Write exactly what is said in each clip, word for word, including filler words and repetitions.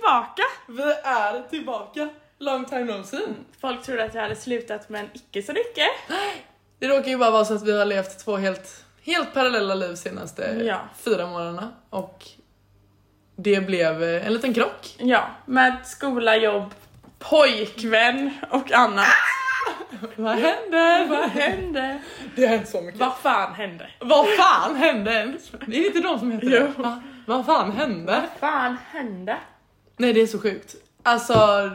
tillbaka. Vi är tillbaka. Long time no see. Mm. Folk trodde att jag hade slutat, men icke så mycket. Det råkar ju bara vara så att vi har levt två helt, helt parallella liv senaste ja. fyra månaderna. Och det blev en liten krock. Ja, med skola, jobb, pojkvän och annat. Vad hände? Vad hände? Det har hänt så mycket. Vad fan hände? Vad fan hände? Det är inte de som heter det. Va? Vad fan hände? Vad fan hände? Nej, det är så sjukt. Alltså,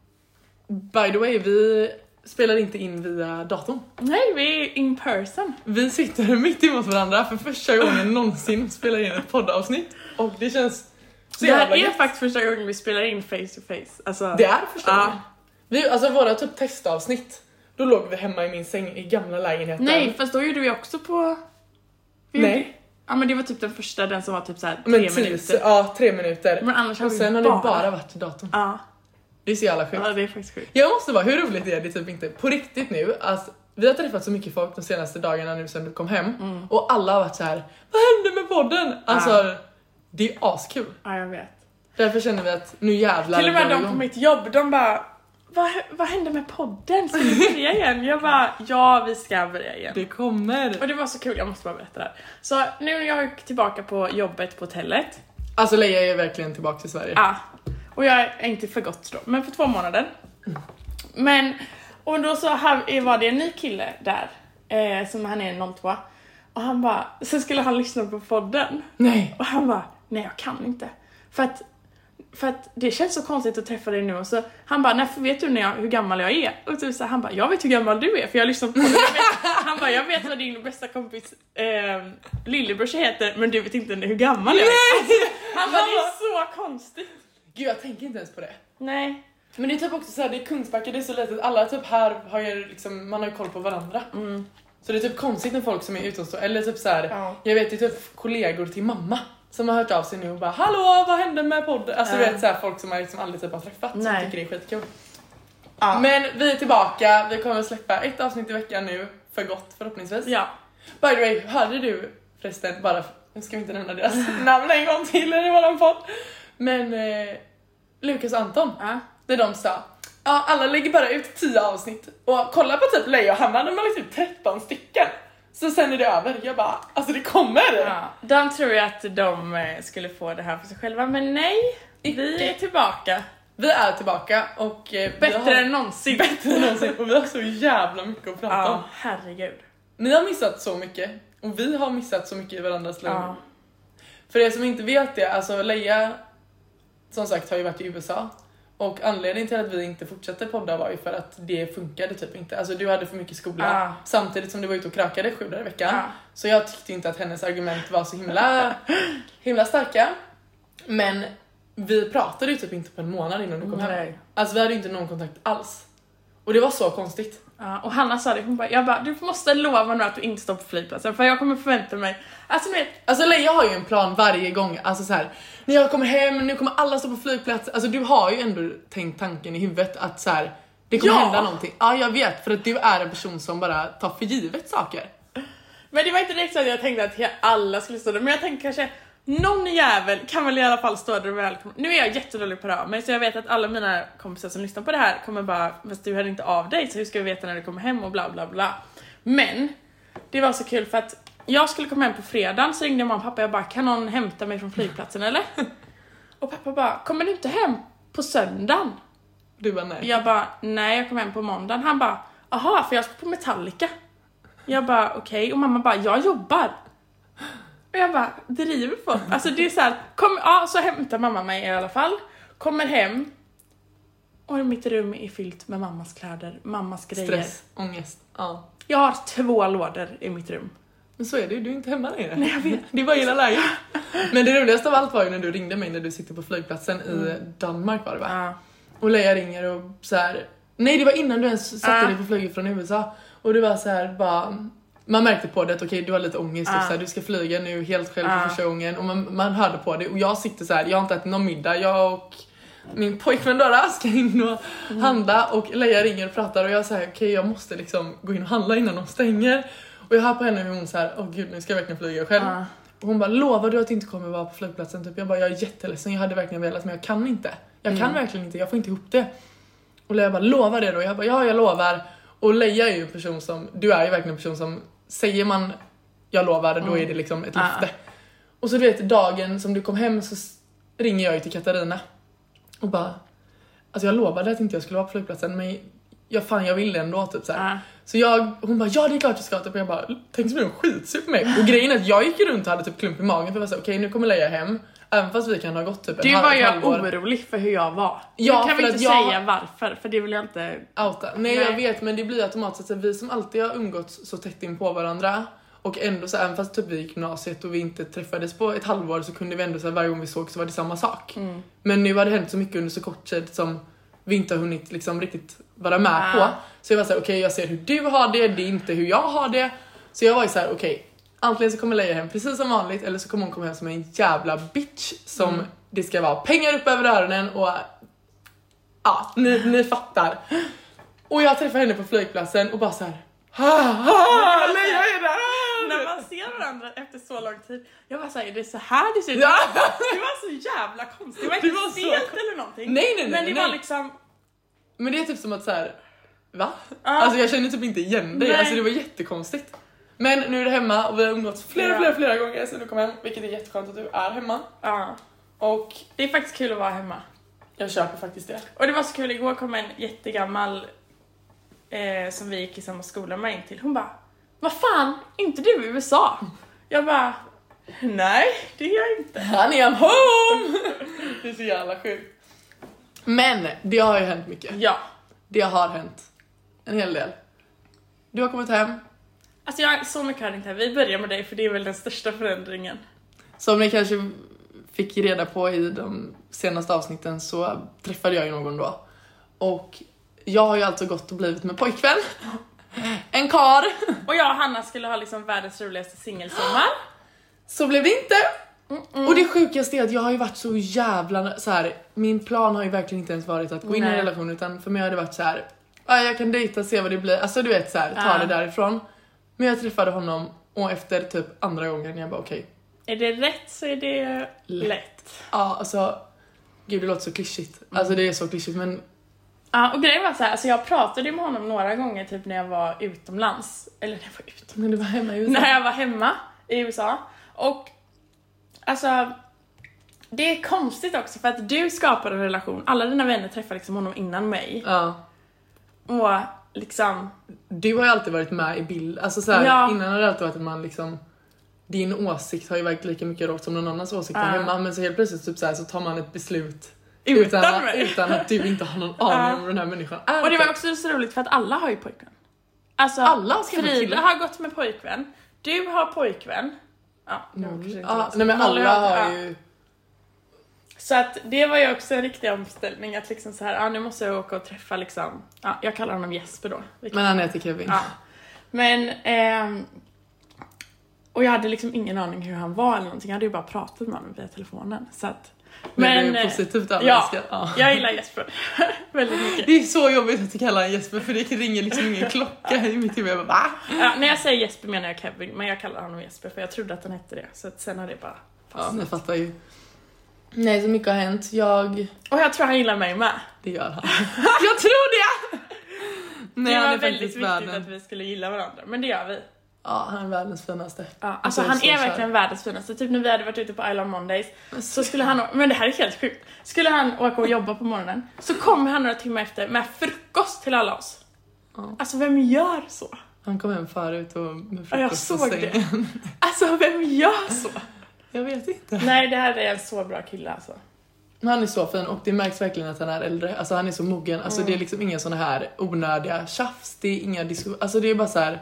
by the way, vi spelar inte in via datorn. Nej, vi är in person. Vi sitter mitt emot varandra för första gången någonsin spelar in ett poddavsnitt. Och det känns så Det här jävla är gött. faktiskt första gången vi spelar in face to face. Alltså, Det är första ja. gången. Vi, alltså våra typ testavsnitt, då låg vi hemma i min säng i gamla lägenheten. Nej, fast då gjorde vi också på... Vi Nej. Gjorde... Ja, men det var typ den första, den som var typ så här tre Men tio, minuter. Ja, tre minuter. Men annars har och vi sen har bara... det bara varit i datorn. Ja. Det är så jävla sjukt. Ja, det är faktiskt sjukt. Jag måste vara, hur roligt är det typ inte? På riktigt nu, alltså, vi har träffat så mycket folk de senaste dagarna nu sen du kom hem. Mm. Och alla har varit så här: vad hände med podden? Alltså, ja. Det är askul. Ja, jag vet. Därför känner vi att nu jävlar. Till och med de på mitt jobb, de bara... Vad, vad hände med podden? Ska vi börja igen? Jag bara, ja vi ska börja igen. Det kommer. Och det var så kul, jag måste bara berätta det här. Så nu när jag är tillbaka på jobbet på hotellet. Alltså Leia är verkligen tillbaka till Sverige. Ja, och jag är inte för gott då, men för två månader. Men, och då så var det en ny kille där, eh, som han är noll två. Och han bara, så skulle han lyssna på podden. Nej. Och han bara, nej jag kan inte. För att För att det känns så konstigt att träffa dig nu. Och så han bara, nej, vet du när jag, hur gammal jag är? Och så, så han bara, jag vet hur gammal du är. För jag lyssnar på det. Han bara, jag vet vad din bästa kompis eh, lillebror heter. Men du vet inte hur gammal jag är. Alltså, han bara, det är så konstigt. Gud, jag tänker inte ens på det. Nej. Men det är typ också så här, det är Kungsbacka, det är så lätt att alla typ här har ju liksom, man har ju koll på varandra. Mm. Så det är typ konstigt när folk som är utomstående, eller typ så här, ja. Jag vet ju typ kollegor till mamma som har hört av sig nu och bara, hallå, vad hände med podden? Alltså ja. du vet så här, folk som man liksom aldrig typ har träffat. Nej. Som tycker det är skitkul. Ja. Men vi är tillbaka, vi kommer att släppa ett avsnitt i veckan nu, för gott förhoppningsvis. Ja. By the way, hörde du förresten, bara, nu ska vi inte nämna deras namn en gång till i våran podd. Men eh, Lukas och Anton, ja. när de sa, ja, alla lägger bara ut tio avsnitt. Och kolla på typ Leia och Hanna, de har lagt ut tretton stycken. Så sen är det över. Jag bara, alltså det kommer. Ja. De tror ju att de skulle få det här för sig själva. Men nej, vi är tillbaka. Vi är tillbaka och eh, bättre har... än någonsin. Bättre än någonsin. Och vi har så jävla mycket att prata ja, om. herregud. Ni har missat så mycket. Och vi har missat så mycket i varandras liv. Ja. För er som inte vet det, alltså Leia, som sagt, har ju varit i U S A. Och anledningen till att vi inte fortsatte podda var ju för att det funkade typ inte. Alltså du hade för mycket skola ah. samtidigt som du var ute och krökade sju dagar i veckan. Ah. Så jag tyckte inte att hennes argument var så himla, himla starka. Men vi pratade ju typ inte på en månad innan du kom Nej. hem. Alltså vi hade ju inte någon kontakt alls. Och det var så konstigt. Ja, och Hanna sa det, hon bara, jag bara, du måste lova nu att du inte står på flygplatsen. För jag kommer förvänta mig. Alltså ni vet. Alltså Leia har ju en plan varje gång. Alltså så här, när jag kommer hem, nu kommer alla stå på flygplatsen. Alltså du har ju ändå tänkt tanken i huvudet att så här, det kommer ja. hända någonting. Ja, jag vet, för att du är en person som bara tar för givet saker. Men det var inte direkt så att jag tänkte att alla skulle stå där. Men jag tänkte kanske, någon jävel kan väl i alla fall stå där och välkomna. Nu är jag jättedålig på det här, men så jag vet att alla mina kompisar som lyssnar på det här kommer bara, fast du hörde inte av dig, så hur ska vi veta när du kommer hem och bla bla bla. Men det var så kul för att jag skulle komma hem på fredagen, så ringde mamma och pappa, jag bara, kan någon hämta mig från flygplatsen eller? Och pappa bara, kommer du inte hem på söndagen? Du bara nej. Jag bara, nej jag kommer hem på måndagen. Han bara, aha, för jag ska på Metallica. Jag bara, okej, okay. Och mamma bara, jag jobbar. Och jag bara, driver på. Alltså det är så här, kom, ja, så hämtar mamma mig i alla fall. Kommer hem. Och mitt rum är fyllt med mammas kläder, mammas grejer. Stress, ångest, ja. Jag har två lådor i mitt rum. Men så är det ju, du är inte hemma längre. Nej, jag vet. Det var hela läget. Men det roligaste av allt var ju när du ringde mig när du sitter på flygplatsen mm. i Danmark var det va? Ja. Och Leia ringer och så här. Nej, det var innan du ens satte ja. dig på flyget från U S A. Och du var så här bara, man märkte på det att okej, okay, du har lite ångest ja. och så här, du ska flyga nu helt själv för ja. första gången. Och man, man hörde på det. Och jag sitter så här, jag har inte ätit någon middag. Jag och min pojkvän Dora ska in och mm. handla. Och Leia ringer och pratar och jag säger okej, okay, jag måste liksom gå in och handla innan de stänger. Och jag hör på henne hur hon så här, åh gud, nu ska jag verkligen flyga själv. Ja. Och hon bara, lovar du att du inte kommer vara på flygplatsen? Typ. Jag bara, jag är jätteledsen, jag hade verkligen velat men jag kan inte. Jag kan Mm. verkligen inte, jag får inte ihop det. Och Leia bara, lovar det då? Jag bara, ja jag lovar. Och Leia är ju en person som, du är ju verkligen en person som, säger man jag lovar, mm. då är det liksom ett löfte. Ah. Och så du vet, dagen som du kom hem så ringer jag ju till Katarina. Och bara, alltså jag lovade att inte jag skulle vara på flygplatsen, men jag fan jag ville ändå typ så här. Ah. Så jag, hon bara, ja det är klart du ska. Och jag bara, tänk så blir hon skitsur på mig. Och grejen är att jag gick runt och hade typ klump i magen. För jag var så okej okay, nu kommer Leia hem. Även fast vi kan ha gått typ en halv år. Du var jag orolig för hur jag var. Ja, nu kan vi inte jag... säga varför, för det vill jag inte... Outa. Nej, Nej jag vet, men det blir automatiskt att vi som alltid har umgåtts så tätt in på varandra. Och ändå så, även fast typ vi i gymnasiet och vi inte träffades på ett halvår, så kunde vi ändå så här, varje gång vi såg så var det samma sak. Mm. Men nu har det hänt så mycket under så kort tid som vi inte har hunnit liksom riktigt vara med ah. på. Så jag var så här, okej okay, jag ser hur du har det, det är inte hur jag har det. Så jag var ju så här, okej okay, antingen så kommer Leia hem precis som vanligt, eller så kommer hon komma hem som en jävla bitch som mm. det ska vara pengar upp över öronen och ja, ni, ni fattar. Och jag träffar henne på flygplatsen och bara så här, ha, ha, Leia är där. När man ser varandra efter så lång tid, jag var så här, är det så här det ser ut? Ja. Det var så jävla konstigt. Det var inte det stelt så... eller någonting. Nej, nej, nej. Men det nej. var liksom... Men det är typ som att så här, va? Ah. Alltså jag känner typ inte igen dig. Nej. Alltså det var jättekonstigt. Men nu är du hemma och vi har umgåtts flera, ja. flera, flera gånger sedan du kom hem. Vilket är jätteskönt att du är hemma. Ja. Och det är faktiskt kul att vara hemma. Jag köper faktiskt det. Och det var så kul, igår kom en jättegammal eh, som vi gick i samma skola med in till. Hon bara, vad fan, inte du i U S A? Jag bara, nej, det är jag inte. Honey, I'm home! Det är så jävla sjukt. Men det har ju hänt mycket. Ja. Det har hänt en hel del. Du har kommit hem. Alltså jag har så mycket har inte. Vi börjar med dig för det är väl den största förändringen. Som ni kanske fick reda på i de senaste avsnitten så träffade jag ju någon då. Och jag har ju alltså gått och blivit med pojkvän. En kar. Och jag och Hanna skulle ha liksom världens roligaste singelsommar. Så blev det inte. Mm-mm. Och det sjukaste är att jag har ju varit så jävla så här. Min plan har ju verkligen inte ens varit att gå in Nej. i en relation, utan för mig har det varit så här. Ja, jag kan dejta, se vad det blir. Alltså du vet så här, ta ja. det därifrån. Men jag träffade honom och efter typ andra gången jag bara okej. Okay. Är det rätt så är det lätt. lätt. Ja, alltså gud det låter så klyschigt. Mm. Alltså det är så klyschigt men ja, och grejen var så här, alltså jag pratade med honom några gånger typ när jag var utomlands. Eller när jag var utomlands. Men du var hemma i U S A. När jag var hemma i U S A. Och alltså det är konstigt också för att du skapade en relation. Alla dina vänner träffade liksom honom innan mig. Ja. Och liksom du har ju alltid varit med i bild. Alltså så här, ja. innan har det alltid varit att man liksom din åsikt har ju varit lika mycket rått som någon annans åsikt uh. hemma, men så helt plötsligt typ så här, så tar man ett beslut utan, utan, att, utan att du inte har någon aning uh. om den här människan är. Och det var också så roligt för att alla har ju pojkvän. Alltså alla Frida har gått med pojkvän. Du har pojkvän. Ja, mm. ah, nej men alla har, har ju. Så att det var ju också en riktig omställning att liksom så här, ja nu måste jag åka och träffa liksom, ja jag kallar honom Jesper då. Men han heter Kevin. Ja. Men ehm, och jag hade liksom ingen aning hur han var eller någonting. Jag hade ju bara pratat med honom via telefonen. Så att, men det är positivt att ja, ja, jag gillar Jesper väldigt mycket. Det är så jobbigt att du kallar han Jesper för det ringer liksom ingen klocka i mitt huvud. Jag bara, va? Ja, när jag säger Jesper menar jag Kevin, men jag kallar honom Jesper för jag trodde att han hette det. Så att sen har det bara fastnat. Ja, jag fattar ju. Nej, så mycket har hänt. Jag... Och jag tror han gillar mig med. Det gör han. Jag tror det! Nej, det var han väldigt viktigt världen. Att vi skulle gilla varandra, men det gör vi. Ja, han är världens finaste. Ja, alltså han är verkligen världens finaste. Typ när vi hade varit ute på Isle of Mondays så skulle han, men det här är helt sjukt. Skulle han åka och jobba på morgonen så kommer han några timmar efter med frukost till alla oss. Ja. Alltså vem gör så? Han kom hem förut och med frukost. Ja, jag såg det. Alltså vem gör så? Jag vet inte. Nej, det här är en så bra kille alltså. Han är så fin och det märks verkligen att han är äldre. Alltså han är så mogen. Alltså mm. det är liksom inga såna här onödiga tjafs. Det är inga diskussioner. Alltså det är bara så här.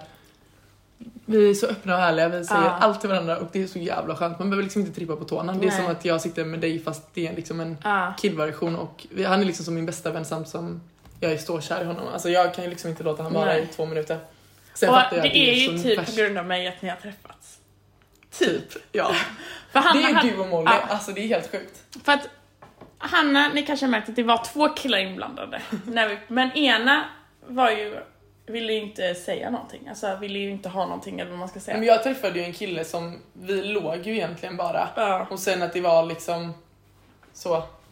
Vi är så öppna och ärliga. Vi säger ah. allt till varandra och det är så jävla skönt. Man behöver liksom inte trippa på tårna. Det är Nej. som att jag sitter med dig fast det är liksom en ah. killversion. Och vi, han är liksom som min bästa vän samt som jag är ståkär i honom. Alltså jag kan ju liksom inte låta han vara i två minuter. Sen och jag, det, det är ju typ färs. På grund av mig att ni har träffats. Typ, ja. För Hanna, det är han, du och Molly. Ja. Alltså det är helt sjukt. För att Hanna, ni kanske har märkt att det var två killar inblandade. när vi, men ena var ju ville ju inte säga någonting. Alltså ville ju inte ha någonting eller vad man ska säga. Men jag träffade ju en kille som vi låg ju egentligen bara. Ja. Och sen att det var liksom så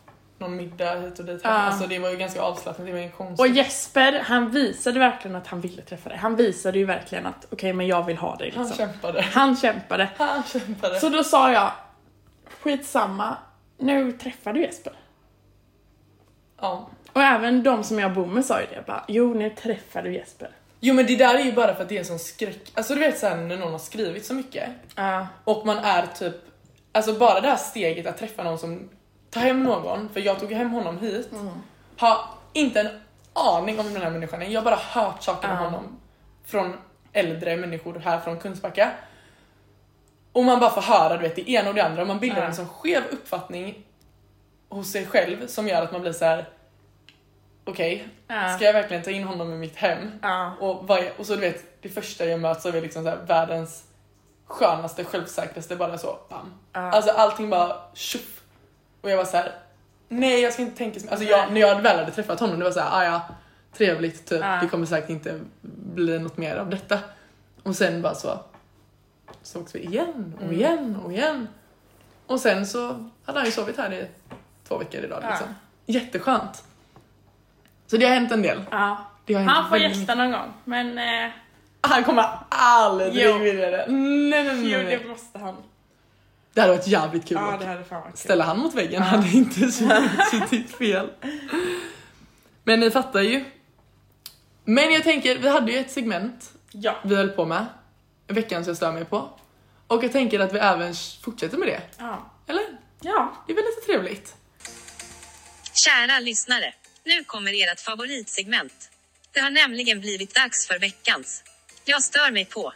någon middag hit och dit. Ja. Alltså det var ju ganska avslappnat, det var ju konstigt. Och Jesper, han visade verkligen att han ville träffa dig. Han visade ju verkligen att okej, okay, men jag vill ha dig liksom. Han kämpade. Han kämpade. Han kämpade. Så då sa jag, skitsamma, nu träffar du Jesper. Ja. Och även de som jag bor med sa ju det, bara, jo, nu träffar du Jesper. Jo, men det där är ju bara för att det är sån skräck. Alltså du vet sen när någon har skrivit så mycket. Uh. Och man är typ, alltså bara det här steget att träffa någon som tar hem någon, för jag tog hem honom hit. Mm. Har inte en aning om den här människan. Jag har bara hört saker om uh. honom från äldre människor här från Kungsbacka. Och man bara får höra, du vet, det ena och det andra. Och man bildar uh. en sån skev uppfattning hos sig själv som gör att man blir så här: okej, okay, uh. ska jag verkligen ta in honom i mitt hem? Uh. Och, vad jag, och så du vet, det första jag möts av är liksom så här, världens skönaste, självsäkraste, bara så, bam. Uh. Alltså allting bara tjuff. Och jag var så här: nej, jag ska inte tänka så. Alltså jag, när jag väl hade träffat honom, det var så här: ah, ja, trevligt, typ. Uh. Det kommer säkert inte bli något mer av detta. Och sen bara så sågs vi igen och igen och igen. Och sen så hade han ju sovit här i två veckor idag liksom. Uh. Jätteskönt. Så det har hänt en del. Ja. Det har han får gästa någon gång, men eh... han kommer aldrig vilja det. Nej, nej, nej, jo, nej. det måste han. Det hade varit jävligt kul. Ja, det hade fan varit kul. Ställa han mot väggen, ja. Hade inte suttit fel. Men ni fattar ju. Men jag tänker, vi hade ju ett segment. Ja. Vi höll på med veckan som jag stör mig på. Och jag tänker att vi även fortsätter med det. Ja. Eller? Ja. Det är väl lite trevligt. Kära lyssnare, nu kommer ert favoritsegment. Det har nämligen blivit dags för veckans Jag stör mig på.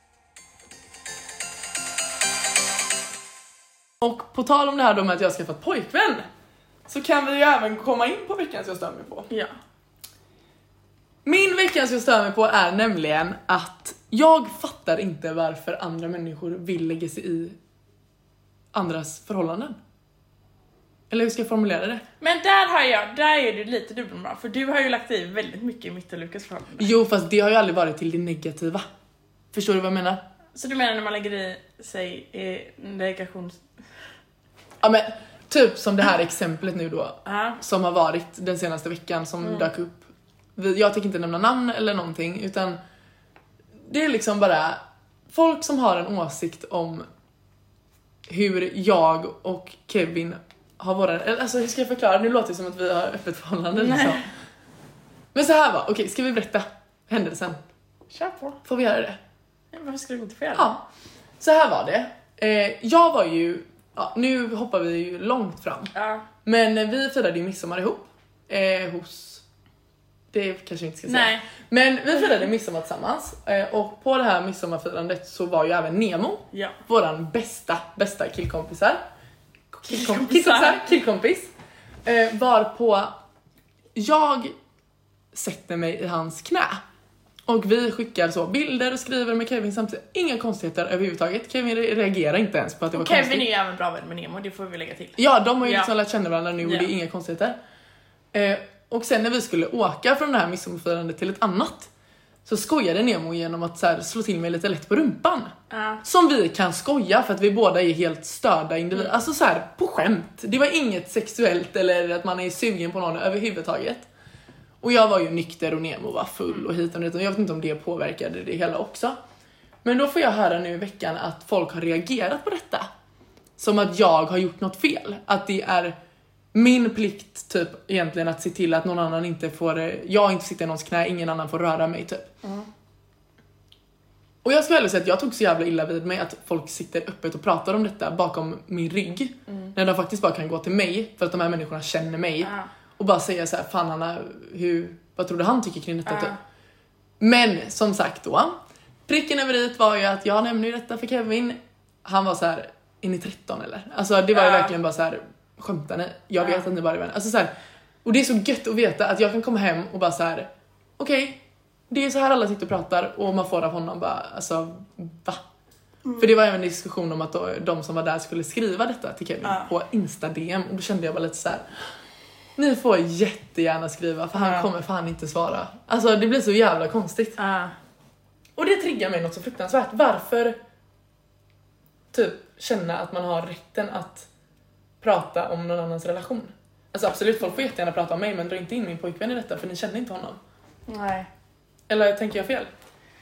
Och på tal om det här då med att jag ska få ett pojkvän, så kan vi ju även komma in på veckans jag stör mig på. Ja. Min veckans jag stör mig på är nämligen att jag fattar inte varför andra människor vill lägga sig i andras förhållanden. Eller hur ska jag formulera det? Men där har jag, där är du lite dubbelmoral. För du har ju lagt i väldigt mycket i mitt och Lukas förhållande. Jo, fast det har ju aldrig varit till det negativa. Förstår du vad jag menar? Så du menar när man lägger i sig i negations... Ja, men typ som det här exemplet nu då. Uh-huh. Som har varit den senaste veckan som mm. dök upp. Jag tänker inte nämna namn eller någonting, utan det är liksom bara folk som har en åsikt om hur jag och Kevin har våra... Alltså hur ska jag förklara? Nu låter det som att vi har öppet förhållande liksom. Men så här var, okej, okay, ska vi berätta händelsen? Kör på. Får vi göra det? Ja, varför ska du inte få göra det? Ja, så här var det. Eh, jag var ju... Ja, nu hoppar vi ju långt fram. Ja. Men vi firade ju midsommar ihop. Eh, hos... Det kanske jag inte ska säga. Nej. Men vi firade midsommar tillsammans. Eh, och på det här midsommarfirandet så var ju även Nemo. Ja. Våran bästa, bästa killkompisar. Killkompisar. Killkompis. Eh, var på... Jag sätter mig i hans knä. Och vi skickar så bilder och skriver med Kevin samtidigt. Inga konstigheter överhuvudtaget. Kevin reagerar inte ens på att det var Kevin konstigt. är ju även bra vän med Nemo, det får vi lägga till. Ja, de har ju ja. liksom lärt känna varandra nu och ja. Det är inga konstigheter. Eh, och sen när vi skulle åka från det här midsommarfirandet till ett annat, så skojade Nemo genom att så här, slå till mig lite lätt på rumpan. Uh. Som vi kan skoja för att vi båda är helt störda individer. Mm. Alltså så här, på skämt. Det var inget sexuellt eller att man är sugen på någon överhuvudtaget. Och jag var ju nykter och Nemo var full och hit och dit. Och jag vet inte om det påverkade det hela också. Men då får jag höra nu i veckan att folk har reagerat på detta. Som att jag har gjort något fel. Att det är min plikt typ egentligen att se till att någon annan inte får... Jag inte sitter i någons knä, ingen annan får röra mig typ. Mm. Och jag ska väl säga att jag tog så jävla illa vid mig att folk sitter öppet och pratar om detta bakom min rygg. Mm. När de faktiskt bara kan gå till mig för att de här människorna känner mig. Mm. Och bara säga så här: fan Hanna, hur, vad tror du han tycker kring detta uh. typ? Men som sagt då, pricken över it var ju att jag nämnde ju detta för Kevin. Han var så här: är ni tretton eller? Alltså det var ju uh. verkligen bara så här: skämtar ni? Jag vet uh. att ni bara är vänner. Alltså så här, och det är så gött att veta att jag kan komma hem och bara så här: okej, okay, det är så här alla sitter och pratar. Och man får av honom bara, alltså va? Mm. För det var även en diskussion om att då, de som var där skulle skriva detta till Kevin uh. på Insta-D M. Och då kände jag bara lite så här: ni får jättegärna skriva, för han uh. kommer fan inte svara. Alltså det blir så jävla konstigt. Uh. Och det triggar mig något så fruktansvärt. Varför typ känna att man har rätten att prata om någon annans relation? Alltså absolut, folk får jättegärna prata om mig, men dra inte in min pojkvän i detta, för ni känner inte honom. Nej. Eller tänker jag fel?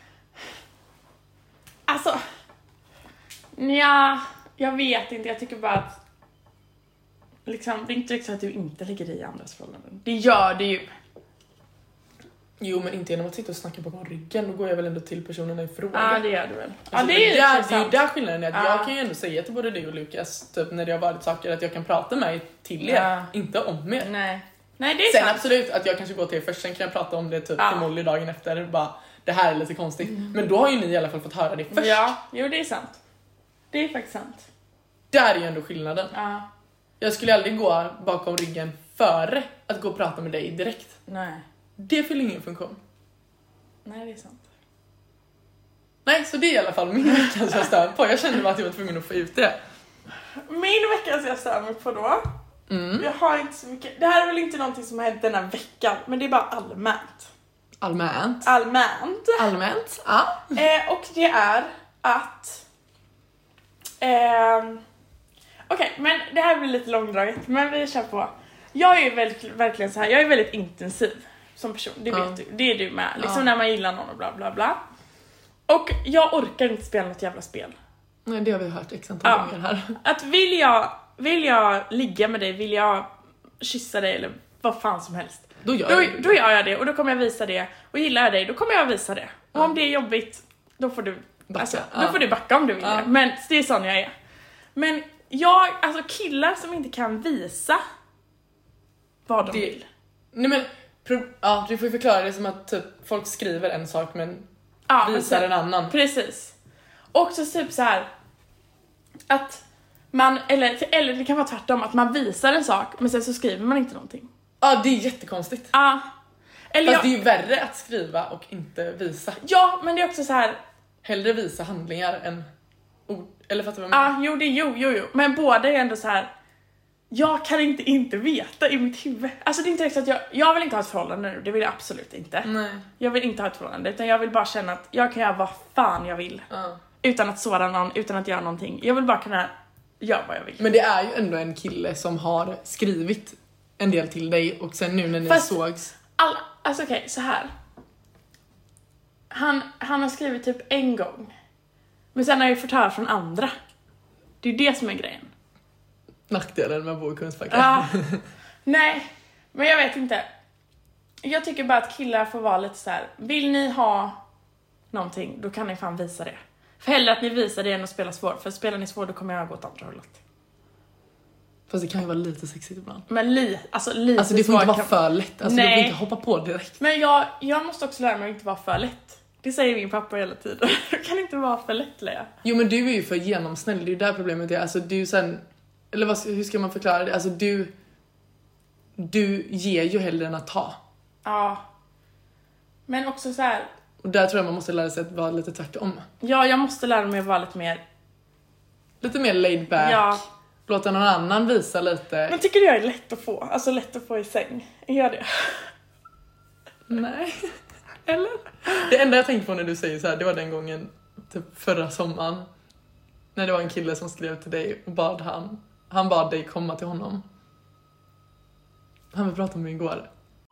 Alltså, ja, jag vet inte. Jag tycker bara att liksom, det är inte riktigt så att du inte lägger i andras förhållanden. Det gör det ju. Jo, men inte genom att sitta och snacka bakom ryggen. Då går jag väl ändå till personerna i fråga. Ja, det gör du väl. Alltså, Ja, det är ju där, sant. det är ju där skillnaden är. Att Ja. Jag kan ju ändå säga till både dig och Lukas, typ när det har varit saker, att jag kan prata med er till er, Ja. inte om er. Nej. Nej, det är Sen sant. absolut att jag kanske går till er först, sen kan jag prata om det typ Ja. till Molly dagen efter. Bara, det här är lite konstigt. Mm. Men då har ju ni i alla fall fått höra det först. Ja, jo det är sant. Det är faktiskt sant. Där är ju ändå skillnaden. Ja. Jag skulle aldrig gå bakom ryggen före att gå och prata med dig direkt. Nej. Det fyller ingen funktion. Nej, det är sant. Nej, så det är i alla fall min vecka som jag stör på. Jag kände bara att jag var tvungen att få ut det. Min vecka som jag stör mig på då. Mm. Jag har inte så mycket. Det här är väl inte någonting som har hänt den här veckan, men det är bara allmänt. Allmänt. Allmänt. Allmänt, ja. Eh, och det är att... Eh, Okej, okay, men det här blir lite långdraget, men vi kör på. Jag är väldigt, verkligen så här, jag är väldigt intensiv som person, det vet Ja. du. Det är du med, liksom Ja. när man gillar någon och bla bla bla. Och jag orkar inte spela något jävla spel. Nej, det har vi hört x antal Ja. gånger här. Att vill jag, vill jag ligga med dig, vill jag kyssa dig eller vad fan som helst. Då gör Då, jag det. då gör jag det och då kommer jag visa det. Och gillar jag dig, då kommer jag visa det. Och Ja. om det är jobbigt, då får du Backa. alltså, Ja. då får du backa om du vill Ja. det. Men det är sån jag är. Men jag, alltså killar som inte kan visa vad de Det- vill. Nej men, pro- ja, du får ju förklara det som att typ, folk skriver en sak men Ja, men visar så- en annan. Precis. Och så typ så här att man, eller, eller det kan vara tvärtom, att man visar en sak men sen så skriver man inte någonting. Ja, det är jättekonstigt. Ja. Eller Fast jag, det är ju värre att skriva och inte visa. ja, men det är också så här. Hellre visa handlingar än ord. Eller fattar du vad jag menar? Ja, jo, det jo, jo, jo. Men båda är ändå så här. Jag kan inte inte veta i mitt huvud. Alltså det är inte riktigt att jag, jag vill inte ha ett förhållande nu, det vill jag absolut inte. Nej. Jag vill inte ha ett förhållande, utan jag vill bara känna att jag kan göra vad fan jag vill. Ja. Utan att såra någon, utan att göra någonting. Jag vill bara kunna göra vad jag vill. Men det är ju ändå en kille som har skrivit en del till dig och sen nu när ni Fast- sågs. Alla, alltså okej, så här. Han, han har skrivit typ en gång. Men sen har jag ju fått höra från andra. Det är ju det som är grejen. Nackdelen med att bo i Kungsbacka. Ja, nej, men jag vet inte. Jag tycker bara att killar får vara lite så här. Vill ni ha någonting, då kan ni fan visa det. För hellre att ni visar det än att spela svår. För spelar ni svår, då kommer jag gå åt andra hållet. Fast det kan ju vara lite sexigt ibland. Men li, alltså lite Alltså det får svår inte vara kan- för lätt. Alltså Nej. du får inte hoppa på direkt. Men jag, jag måste också lära mig att inte vara för lätt. Det säger min pappa hela tiden. Du kan inte vara för lätt, Lea. Jo men du är ju för genomsnäll, det är ju där problemet är. Alltså du sen, eller vad, hur ska man förklara det? Alltså du, du ger ju hellre än att ta. Ja. Men också så här. Och där tror jag man måste lära sig att vara lite tvärtom. Ja, jag måste lära mig att vara lite mer. Lite mer laid back. Ja. Låta någon annan visa lite. Men tycker du jag är lätt att få? Alltså lätt att få i säng. Gör det. Nej. Eller? Det enda jag tänkte på när du säger så här, det var den gången typ förra sommaren. När det var en kille som skrev till dig och bad han. Han bad dig komma till honom. Han vill prata med mig igår.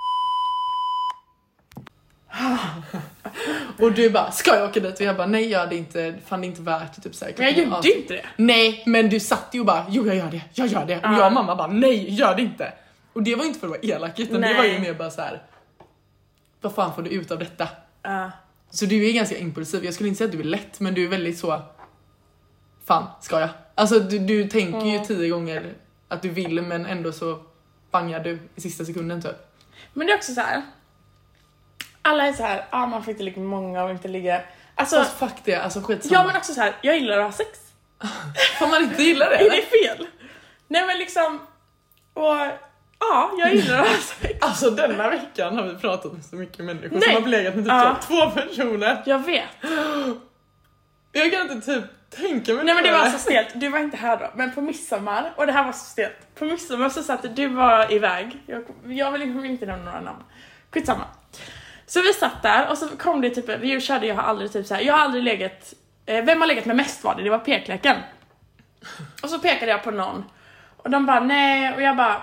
Och du bara, ska jag åka dit? Och jag bara, nej gör det inte. Fan det är inte värt det. Typ så här, Men jag gjorde alltså, inte det. nej, men du satt ju och bara, jo jag gör det, jag gör det. Och Ja. jag och mamma bara, nej gör det inte. Och det var inte för att vara elak, utan Nej. det var ju mer bara så här. Vad fan får du ut av detta? Ja. Så du är ganska impulsiv. Jag skulle inte säga att du är lätt, men du är väldigt så. Fan, ska jag? Alltså du, du tänker ju Mm. tio gånger att du vill, men ändå så bangar du i sista sekunden typ. Men det är också så här. Alla är så här, ah, man får inte ligga med många och inte ligga. Alltså, Fast fuck det, alltså skitsamma. ja men också så här, jag gillar att ha sex. Får man inte gilla det? Är Eller? det fel? Nej men liksom, och ja, jag gillar att ha sex. Alltså denna veckan har vi pratat med så mycket människor Nej. som har legat med typ Ja. så två personer. Jag vet. Jag kan inte typ tänka mig Nej men det var det. så stelt, du var inte här då. Men på midsommar, och det här var så stelt. På midsommar så satt du var iväg. Jag, jag vill inte nämna några namn. Skitsamma. Så vi satt där och så kom det typ, vi körde, jag har aldrig typ så här, jag har aldrig legat, eh, vem har legat med mest var det? Det var pekleken. Och så pekade jag på någon. Och de bara nej, och jag bara,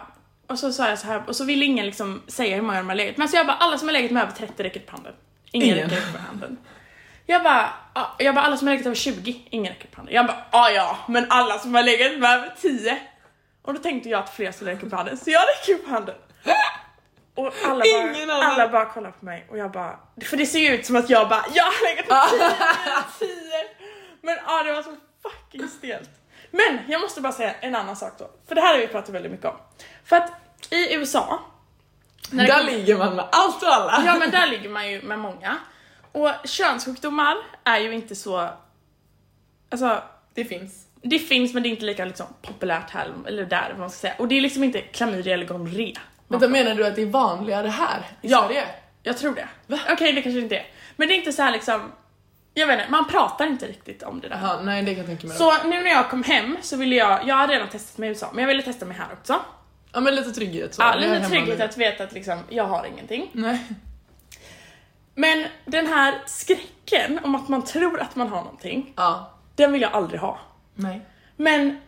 Och så sa jag så här, och så ville ingen liksom säga hur många de har legat. Men så jag bara, alla som har legat med över trettio räcker upp på handen. Ingen, ingen. räcker upp på handen. Jag bara, jag bara, alla som har legat över tjugo, ingen räcker upp på handen. Jag bara, ja ja, men alla som har legat med över tio. Och då tänkte jag att fler skulle räcka upp på handen. Så jag räcker upp på handen. Och alla bara, alla bara kollar på mig. Och jag bara, för det ser ju ut som att jag bara, jag har legat på tio, tio. Men ja, det var så fucking stelt. Men jag måste bara säga en annan sak då. För det här har vi pratat väldigt mycket om. För att i U S A där kommer, ligger man med allt och alla. Ja, men där ligger man ju med många. Och könssjukdomar är ju inte så, alltså det finns. Det finns, men det är inte lika liksom populärt här, eller där vad man ska säga. Och det är liksom inte klamydia eller gonorré. Men då menar du att det är vanligare här i ja, Sverige? Jag tror det. Okej, okay, det kanske inte är. Men det är inte så här liksom, jag vet inte, man pratar inte riktigt om det där. Aha, nej, det kan jag tänka mig. Så nu när jag kom hem så ville jag, jag hade redan testat mig i U S A, men jag ville testa mig här också. Ja, men lite trygghet så. Ja, lite trygghet att veta att liksom, jag har ingenting. Nej. Men den här skräcken om att man tror att man har någonting, ja. Den vill jag aldrig ha. Nej. Men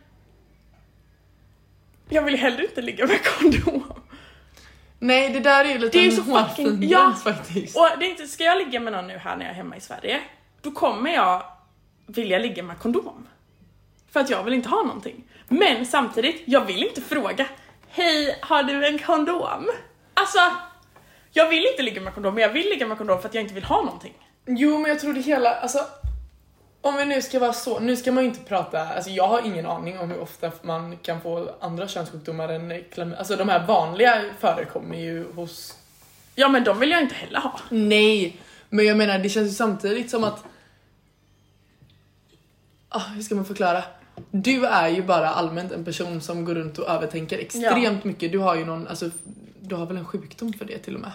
jag vill heller inte ligga med kondom. Nej, det där är ju lite det är så fucking, ja, faktiskt. Och det är inte, ska jag ligga med någon nu här när jag är hemma i Sverige, då kommer jag vilja ligga med kondom. För att jag vill inte ha någonting. Men samtidigt, jag vill inte fråga, hej, har du en kondom? Alltså, jag vill inte ligga med kondom, men jag vill ligga med kondom för att jag inte vill ha någonting. Jo, men jag tror det hela, alltså om vi nu ska vara så, nu ska man ju inte prata, alltså jag har ingen aning om hur ofta man kan få andra könssjukdomar än klamydia. Alltså de här vanliga förekommer ju hos... Ja, men de vill jag inte heller ha. Nej, men jag menar det känns ju samtidigt som att... Ah, hur ska man förklara? Du är ju bara allmänt en person som går runt och övertänker extremt ja. mycket. Du har ju någon, alltså du har väl en sjukdom för det till och med?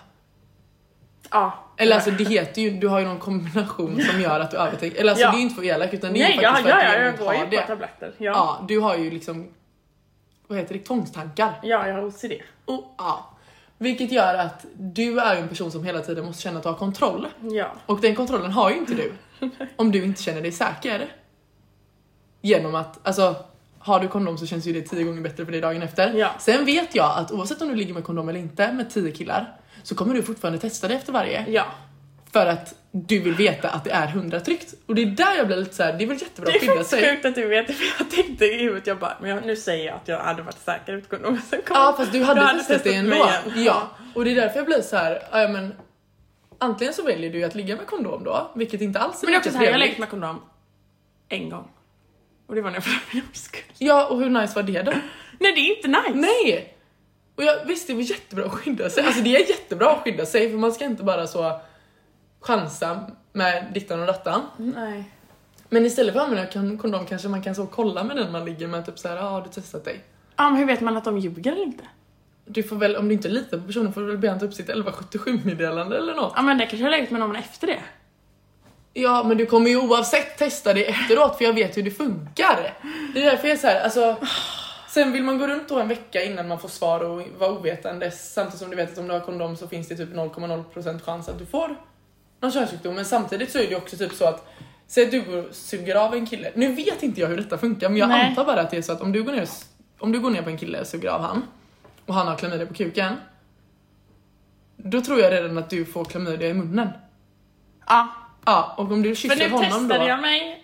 Ja. Eller alltså det heter ju, du har ju någon kombination som gör att du övertänker. Eller alltså ja. det är ju inte för elak utan det är Nej, ju faktiskt ja, för att ja, du jag går ju det. på tabletter. Ja. ja, du har ju liksom, vad heter det, tvångstankar. Ja, jag har O C D. Och, ja. Vilket gör att du är ju en person som hela tiden måste känna att du har kontroll. Ja. Och den kontrollen har ju inte du. Om du inte känner dig säker. Genom att, alltså har du kondom så känns ju det tio gånger bättre för dig dagen efter. Ja. Sen vet jag att oavsett om du ligger med kondom eller inte med tio killar så kommer du fortfarande testa det efter varje. Ja. För att du vill veta att det är hundra tryckt. Och det är där jag blir lite så här, det är väl jättebra att skydda sig. Det är sjukt att du vet det, för jag tänkte i huvudet, jag bara, men jag, nu säger jag att jag hade varit säker ut kondom. Ja, fast du hade, hade testat det ändå. Ja. ja, och det är därför jag blir så här, ja men antingen så väljer du att ligga med kondom då, vilket inte alls är men lika trevligt. Men jag har legat med kondom en gång. Och det var när jag för min skull. Ja, och hur nice var det då? Nej, det är inte nice. Nej. Och jag visste det var jättebra att skydda sig. Alltså det är jättebra att skydda sig, för man ska inte bara så chansa med dittan och dattan. Nej. Men istället för att använda kondom kanske man kan så kolla med den man ligger med, typ så här, ja, har du testat dig? Ja, men hur vet man att de ljuger eller inte? Du får väl, om du inte litar på personen får du väl be han ta upp sitt elva sjuttiosju meddelande eller något. Ja, men det kanske jag har legat med någon efter det. Ja, men du kommer ju oavsett testa det efteråt, för jag vet hur det funkar. Det är därför jag är så här, alltså... Sen vill man gå runt då en vecka innan man får svar och vara ovetandes. Samtidigt som du vet att om du har kondom så finns det typ noll komma noll procent chans att du får någon könssjukdom. Men samtidigt så är det också typ så att, säg att du går och suger av en kille. Nu vet inte jag hur detta funkar, men jag Nej. antar bara att det är så att om du går ner, om du går ner på en kille och suger av han och han har klamydia på kuken, då tror jag redan att du får klamydia i munnen. Ja. Ja, och om du kysser honom då... För nu testade jag mig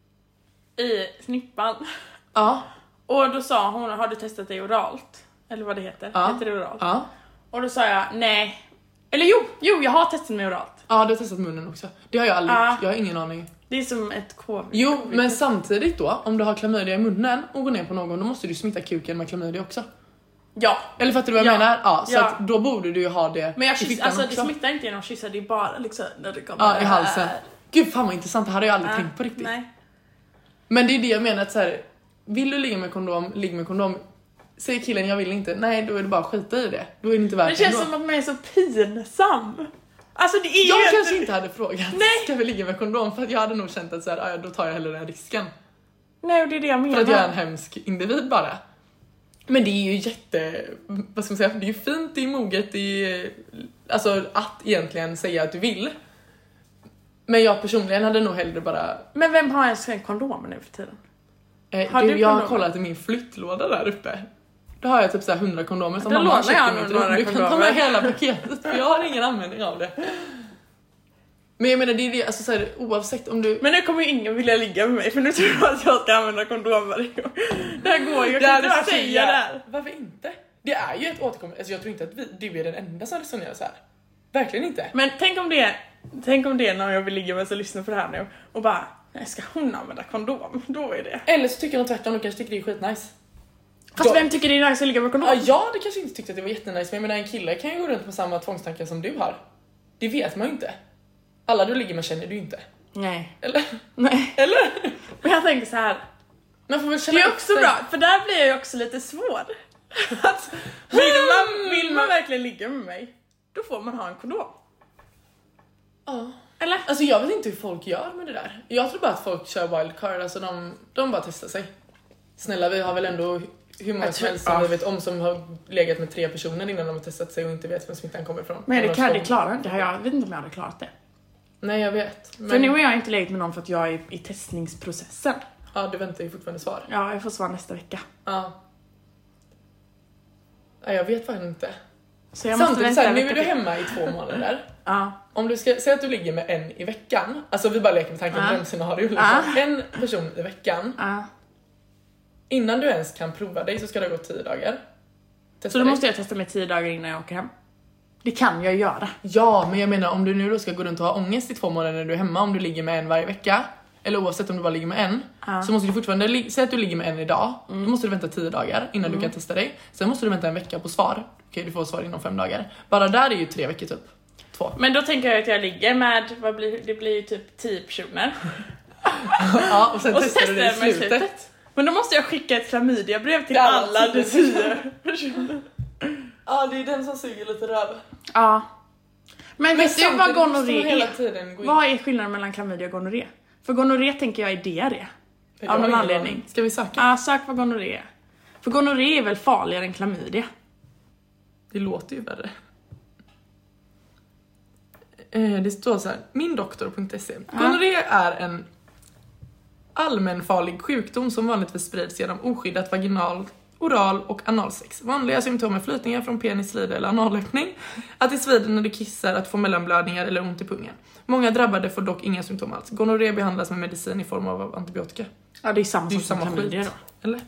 i snippan. Ja. Och då sa hon, har du testat det oralt? Eller vad det heter. Ja. Heter det oralt? Ja. Och då sa jag, nej. Eller jo, jo, jag har testat mig oralt. Ja, du har testat munnen också. Det har jag aldrig ja. gjort. Jag har ingen aning. Det är som ett K V. Jo, men samtidigt då, om du har klamydia i munnen och går ner på någon, då måste du smitta kuken med klamydia också. Ja. Eller fattar du vad jag ja. menar? Ja, så ja. att då borde du ju ha det. Men jag i kyss, alltså också. det smittar inte genom kyssar, det är bara liksom när det kommer. Ja, i halsen. Gud, fan vad intressant, det hade jag aldrig ja. tänkt på riktigt. Nej. Men det är det jag menar, att så här, vill du ligga med kondom, ligg med kondom. Säger killen jag vill inte, nej då är det bara skita i det. Då är det inte värt det. Det känns som att man är så pinsam. Alltså det är jag ju kanske inte... inte hade frågat, nej. Ska vi ligga med kondom? För att jag hade nog känt att så här, då tar jag hellre den risken. Nej, och det är det jag menar. För att jag är en hemsk individ bara. Men det är ju jätte, vad ska man säga, det är ju fint, det är moget, det är, alltså att egentligen säga att du vill. Men jag personligen hade nog hellre bara... Men vem har ens en kondom nu för tiden? Eh, du, du jag har kollat i min flyttlåda där uppe. Då har jag typ så här hundra kondomer som Då mamma har lånar jag köpt i mitt några rum. Du kan ta kondomer. med hela paketet för jag har ingen användning av det. Men jag menar det är det, alltså så här, oavsett om du... Men nu kommer ju ingen vilja ligga med mig för nu tror jag att jag ska använda kondom varje gång. Det här går ju, jag kan inte bara säga det här. Varför inte? Det är ju ett återkommande, alltså jag tror inte att vi, du är den enda som resonerar så här. Verkligen inte. Men tänk om det är, tänk om det är när jag vill ligga med så lyssna på det här nu och bara, nej, ska hon använda kondom? Då är det. Eller så tycker de tvärtom, de kanske tycker det är skitnice. Fast Då- vem tycker det är nice att ligga med kondom? Ja, jag hade kanske inte tyckt att det var jättenice, men jag menar en kille kan ju gå runt med samma tvångstankar som du har. Det vet man ju inte. Alla du ligger med känner du inte. Nej. Eller? Nej. Eller? Men jag tänker så här. Man får väl känna Det är efter. också bra, för där blir jag ju också lite svår. Att vill, man, vill man verkligen ligga med mig, då får man ha en kondom. Ja. Eller? Alltså jag vet inte hur folk gör med det där. Jag tror bara att folk kör wildcard, alltså de, de bara testar sig. Snälla, vi har väl ändå hur många Jag som tror- helst som ja. vi vet om som har legat med tre personer innan de har testat sig och inte vet var smittan kommer ifrån. Men det Annars kan de- det klara inte. Jag vet inte om jag hade klarat det. Nej, jag vet. Men För nu har jag inte legat med någon för att jag är i testningsprocessen. ja, du väntar ju fortfarande svar. Ja, jag får svar nästa vecka. Ja. Nej, jag vet faktiskt inte. Så jag måste Samtidigt vänta så här, en nu vecka är du till. hemma i två månader. Ja. Om du ska säga att du ligger med en i veckan, alltså vi bara leker med tanken på Ja. den scenario. Liksom. Ja. En person i veckan, Ja. innan du ens kan prova dig så ska det gå tio dagar. Testa Så då dig. måste jag testa mig tio dagar innan jag åker hem. Det kan jag göra. Ja, men jag menar om du nu då ska gå runt och ha ångest i två månader när du är hemma, om du ligger med en varje vecka, eller oavsett om du bara ligger med en, Ja. så måste du fortfarande, li- säg att du ligger med en idag, då måste du vänta tio dagar innan du kan testa dig. Sen måste du vänta en vecka på svar. Okej, du får svar inom fem dagar. Bara där är ju tre veckor typ. Två. Men då tänker jag att jag ligger med, vad blir, det blir ju typ tio personer. Ja, och sen Och så testar testar du det i jag mig i slutet. slutet. Men då måste jag skicka ett klamydiabrev till Till alla alla de tio tio personer. Ja, det är den som suger lite röv. Ja. Men vet du vad samtidigt måste man gonorré hela är? tiden gå in. Vad är skillnaden mellan klamydia och gonorré? För gonorré tänker jag är diarré. Jag Av har någon ingen anledning. aning. Ska vi söka? Ja, sök vad gonorré är. För gonorré är väl farligare än klamydia? Det låter ju värre. Eh, det står så här, mindoktor punkt se. Gonorré är en allmänfarlig sjukdom som vanligtvis sprids genom oskyddat vaginal, oral och analsex. Vanliga symptom är flytningar från penis, slida eller analöppning, att det svider när du kissar, att få mellanblödningar eller ont i pungen. Många drabbade får dock inga symptom alls. Gonorré behandlas med medicin i form av antibiotika. Ja, det är samma Det är sak ju som samma klamydia skit. då. Eller?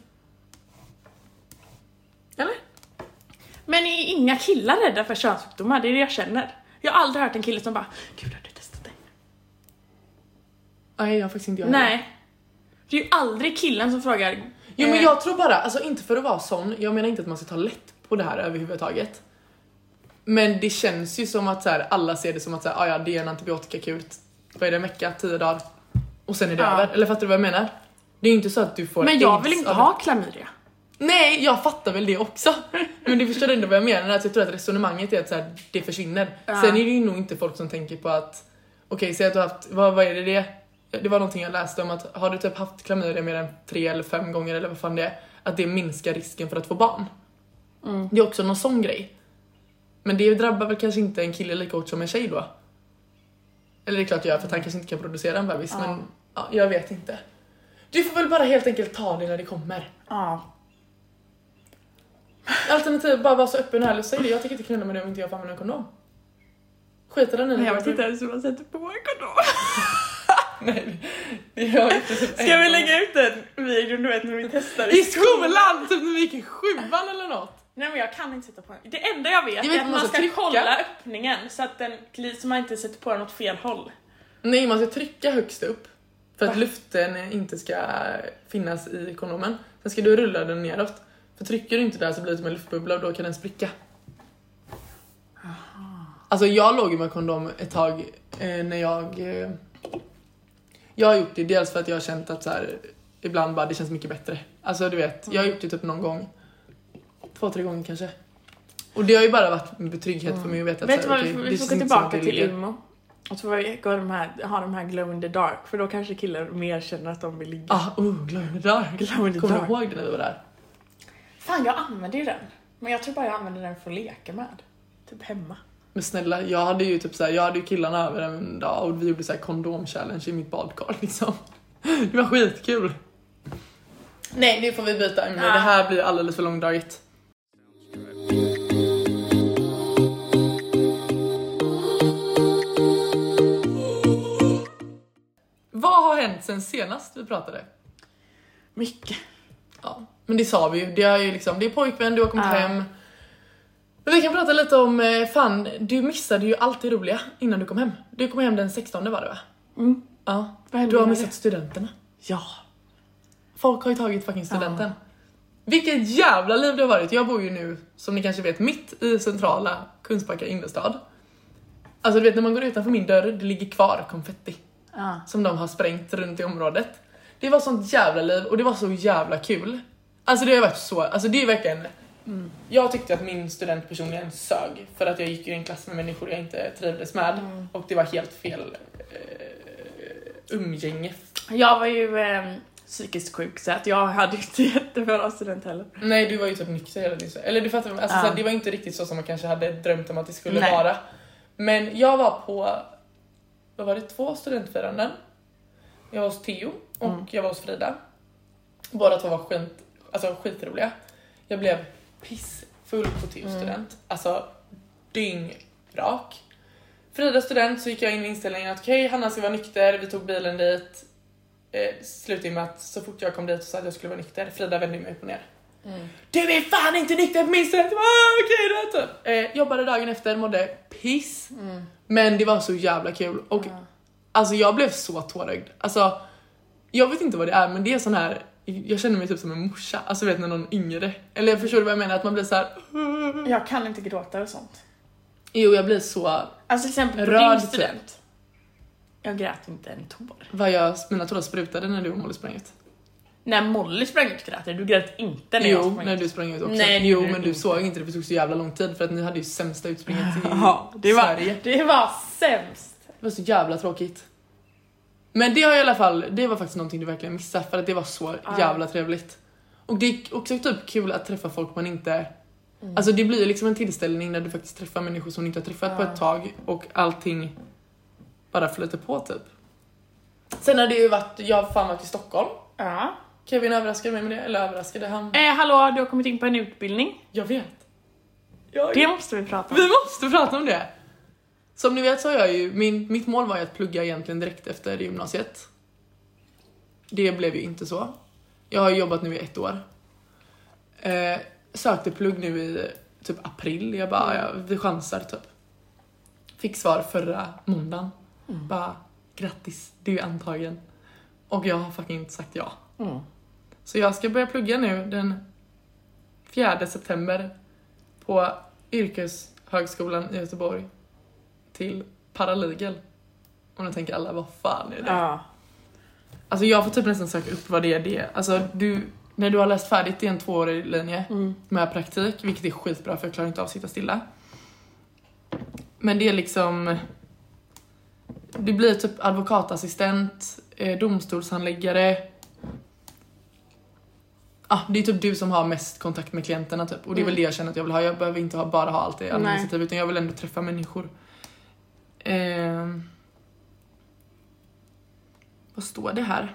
Eller? Men är inga killar rädda för könssjukdomar? Det är det jag känner. Jag har aldrig hört en kille som bara, gud har du testat dig? Nej, jag har faktiskt inte gjort det. Nej. Det är ju aldrig killen som frågar. Jo, men eh, jag tror bara, alltså inte för att vara sån, jag menar inte att man ska ta lätt på det här överhuvudtaget. Men det känns ju som att så här, alla ser det som att så här, ah, ja, det är en antibiotikakut. Vad är det, en vecka, tio dagar? Och sen är det Ja. över. Eller fattar du vad jag menar? Det är ju inte så att du får Men jag aids vill inte av- ha klamydia. Nej, jag fattar väl det också. Men du förstår ändå vad jag menar. Alltså, jag tror att resonemanget är att så här, det försvinner. Ja. Sen är det ju nog inte folk som tänker på att okej, säg att du har haft, vad, vad är det det? Det var någonting jag läste om att har du typ haft klamydia mer än tre eller fem gånger eller vad fan det är, att det minskar risken för att få barn. Mm. Det är också någon sån grej. Men det drabbar väl kanske inte en kille lika hårt som en tjej då? Eller det är klart jag gör, för att han kanske inte kan producera en bebis. Ja. Men ja, jag vet inte. Du får väl bara helt enkelt ta det när det kommer. Ja. Alternativ, bara vara så öppen och ärlig och säg det. Jag tycker inte knulla med det om inte jag får använda en kondom. Skiter den i. Men jag vet inte ens hur man sätter på en kondom. Nej, det gör jag inte. Typ Ska vi lägga ut den videon du vet när vi testar i skolan? Typ när vi gick i sjuan eller något. Nej, men jag kan inte sätta på den. Det enda jag vet, Jag vet är att att man man ska ska trycka. kolla öppningen så att den glider, så man inte sätter på den åt fel håll. Nej, man ska trycka högst upp. För att Va? luften inte ska finnas i kondomen. Sen ska du rulla den neråt. För trycker du inte där så blir det som en luftbubbla och då kan den spricka. Alltså jag låg ju med kondom ett tag eh, när jag... Eh, jag har gjort det dels för att jag har känt att så här, ibland bara det känns mycket bättre. Alltså du vet, jag har gjort det typ någon gång. Två, tre gånger kanske. Och det har ju bara varit en trygghet för mig att veta att Vet du så här, vad, vi okej, får, det vi får känns gå inte som tillbaka att det till ligger- Ilmo. Och så får vi gå de här, ha de här glow in the dark. För då kanske killar mer känner att de vill ligga. Ah, oh, glow in the dark. Glow in the Kommer dark. du ihåg det när vi var där? Fan, jag använder ju den. Men jag tror bara jag använder den för att leka med. Typ hemma. Men snälla, jag hade ju typ så här, jag hade ju killarna över en dag och vi gjorde så här kondom-challenge i mitt badkar liksom. Det var skitkul. Nej, nu får vi byta ämne. Ja. Det här blir alldeles för långdraget. sen senast vi pratade? Mycket. Ja, men det sa vi ju. Det är ju liksom, det är pojkvän, du har kommit Ja. hem. Men vi kan prata lite om, eh, fan, du missade ju allt det roliga innan du kom hem. Du kom hem den sextonde var det va? Mm. Ja, Vad hände du har med missat det? studenterna. Ja. Folk har ju tagit fucking studenten. Vilket jävla liv det har varit. Jag bor ju nu, som ni kanske vet, mitt i centrala Kungsbacka innerstad. Alltså du vet, när man går utanför min dörr, det ligger kvar konfetti. Ja. Som de har sprängt runt i området. Det var sånt jävla liv och det var så jävla kul. Alltså det har varit så, alltså det är verkligen... Mm. Jag tyckte att min student personligen sög. För att jag gick i en klass med människor jag inte trivdes med. Mm. Och det var helt fel eh, umgänge. Jag var ju eh, psykiskt sjuk så att jag hade inte jättebra student heller. Nej, du var ju typ nykter hela tiden. Eller du fattar, alltså, Ja. såhär, det var inte riktigt så som man kanske hade drömt om att det skulle Nej. vara. Men jag var på, vad var det, två studentfiranden. Jag var hos Theo och Mm. jag var hos Frida. Båda två var skit, alltså skitroliga. Jag blev pissfull på Theos Mm. student. Alltså dyngrak. Frida student så gick jag in i inställningen att okej, okay, Hanna ska vara nykter. Vi tog bilen dit. Eh, slutade med att så fort jag kom dit så sa att jag skulle vara nykter. Frida vände mig upp och ner. Mm. Du är fan inte nykter på min student. Ah, okej okay, då typ. Eh, jobbade dagen efter, mådde piss. Mm. Men det var så jävla kul. Och Ja. alltså jag blev så tårögd. Alltså jag vet inte vad det är, men det är sån här, jag känner mig typ som en morsa. Alltså vet när någon yngre. Eller jag förstår vad jag menar, att man blir så här. Jag kan inte gråta och sånt. Jo, jag blir så. Alltså till exempel på Rörd din student. Jag grät inte en tår. Vad jag, mina tårar sprutade när du och Molly sprang ut. När Molly sprang ut grät jag. Du grät inte när jag Jo, sprang när ut. du sprang ut också. Nej, det jo, gjorde men du du inte. såg inte det, för det tog så jävla lång tid. För att ni hade ju sämsta utspringet i Ja, det var, Sverige. det var sämst. Det var så jävla tråkigt. Men det har jag i alla fall, det var faktiskt någonting du verkligen missade. För att det var så Ja. jävla trevligt. Och det är också typ kul att träffa folk man inte... Mm. Alltså det blir liksom en tillställning när du faktiskt träffar människor som du inte har träffat Ja. på ett tag. Och allting bara flyter på typ. Sen har det ju varit, jag har fan varit i Stockholm. Ja. Kevin överraskade mig med det, eller överraskade han? Eh, hallå, du har kommit in på en utbildning. Jag vet. Jag... Det måste vi prata om. Vi måste prata om det. Som ni vet så har jag ju, min, mitt mål var ju att plugga egentligen direkt efter gymnasiet. Det blev ju inte så. Jag har jobbat nu i ett år. Eh, sökte plugg nu i typ april. Jag bara, ja, vi chansar typ. Fick svar förra måndagen. Mm. Bara, grattis, du är antagen. Och jag har fucking inte sagt ja. Mm. Så jag ska börja plugga nu den fjärde september på Yrkeshögskolan i Göteborg till paralegal. Och nu tänker alla, vad fan är det? Ja. Alltså jag får typ nästan söka upp vad det är det. Alltså du, när du har läst färdigt i en tvåårig linje Mm. med praktik, vilket är skitbra för jag klarar inte av att sitta stilla. Men det är liksom, det blir typ advokatassistent, eh, domstolshandläggare. Ah, det är typ du som har mest kontakt med klienterna typ. Och det är väl det jag känner att jag vill ha. Jag behöver inte ha, bara ha allt det administrativa, utan jag vill ändå träffa människor. Eh, vad står det här?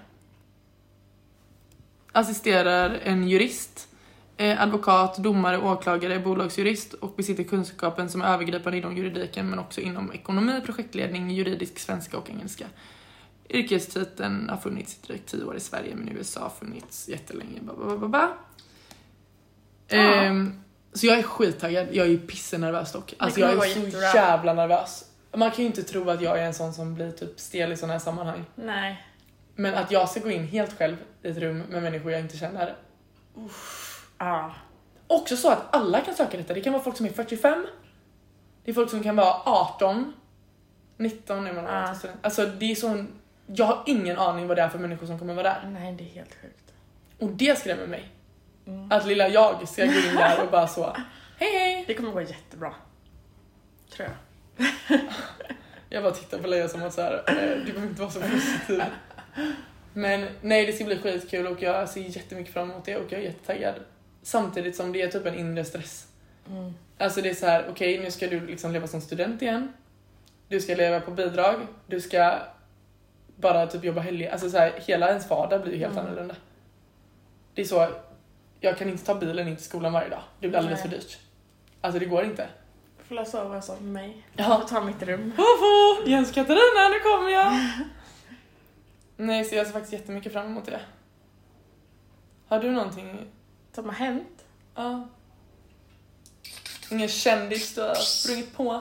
Assisterar en jurist, eh, advokat, domare, åklagare, bolagsjurist och besitter kunskapen som är övergripande inom juridiken men också inom ekonomi, projektledning, juridisk, svenska och engelska. Yrkestiteln har funnits i drygt tio år i Sverige, men i U S A har funnits jättelänge. Ba, ba, ba, ba. Ja. Ehm, så jag är skittaggad. Jag är ju pissenervös dock. Alltså jag kommer är vara så jättebra. jävla nervös. Man kan ju inte tro att jag är en sån som blir typ stel i såna här sammanhang. Nej. Men att jag ska gå in helt själv i ett rum med människor jag inte känner. Ja. Också så att alla kan söka detta. Det kan vara folk som är fyrtiofem. Det är folk som kan vara arton. nitton när man har Ja. varit student. Alltså det är sån... Jag har ingen aning vad det är för människor som kommer vara där. Nej, det är helt sjukt. Och det skrämmer mig. Mm. Att lilla jag ska gå in där och bara så... Hej hej! Det kommer gå jättebra. Tror jag. Jag bara tittar på Leia som att så här, eh, du kommer inte vara så positiv. Men nej, det ska bli skitkul och jag ser jättemycket fram emot det och jag är jättetaggad. Samtidigt som det är typ en inre stress. Mm. Alltså det är så här, okej, okay, nu ska du liksom leva som student igen. Du ska leva på bidrag. Du ska bara typ jobba helg. Alltså så här, hela ens vardag blir ju helt Mm. annorlunda. Det är så, jag kan inte ta bilen in till skolan varje dag. Det blir alldeles Nej. för dyrt. Alltså det går inte. Får jag sova jag sa med mig? Ja. Jag får ta mitt rum. Hoho, Jens Katarina, nu kommer jag. Nej, så jag ser faktiskt jättemycket fram emot det. Har du någonting? Som har hänt? Ja. Ingen kändis du har sprungit på?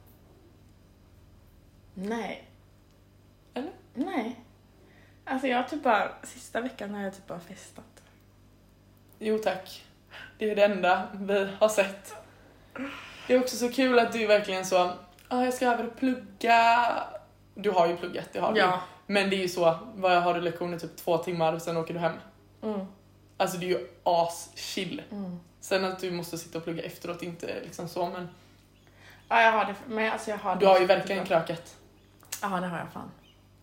Nej. Eller? Nej. Alltså jag har typ bara, sista veckan har jag typ bara festat. Jo tack. Det är det enda vi har sett. Det är också så kul att du verkligen så, ja ah, jag ska över och plugga. Du har ju pluggat, det har Ja. du. Men det är ju så, vad har du lektioner typ två timmar och sen åker du hem. Mm. Alltså det är ju as chill. Mm. Sen att du måste sitta och plugga efteråt, inte liksom så, men Ja, jag har det. Men alltså jag har du det. har ju verkligen krökat. Ja, det har jag fan.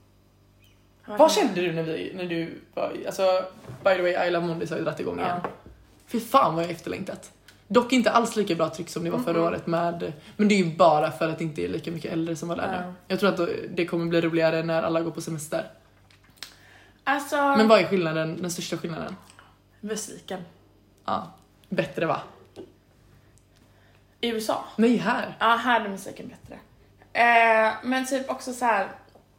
Vad kände du när vi, när du var, alltså by the way, I Love Mondays har ju dratt igång igen. Ja. Fy fan vad jag efterlängtat. Dock inte alls lika bra tryck som det var förra Mm-mm. året med, men det är ju bara för att det inte är lika mycket äldre som var där nu. Ja. Jag tror att det kommer bli roligare när alla går på semester. Alltså... Men vad är skillnaden, den största skillnaden? Musiken. Ja, bättre va? I U S A? Nej, här. Ja, här är musiken bättre. Eh, men typ också så här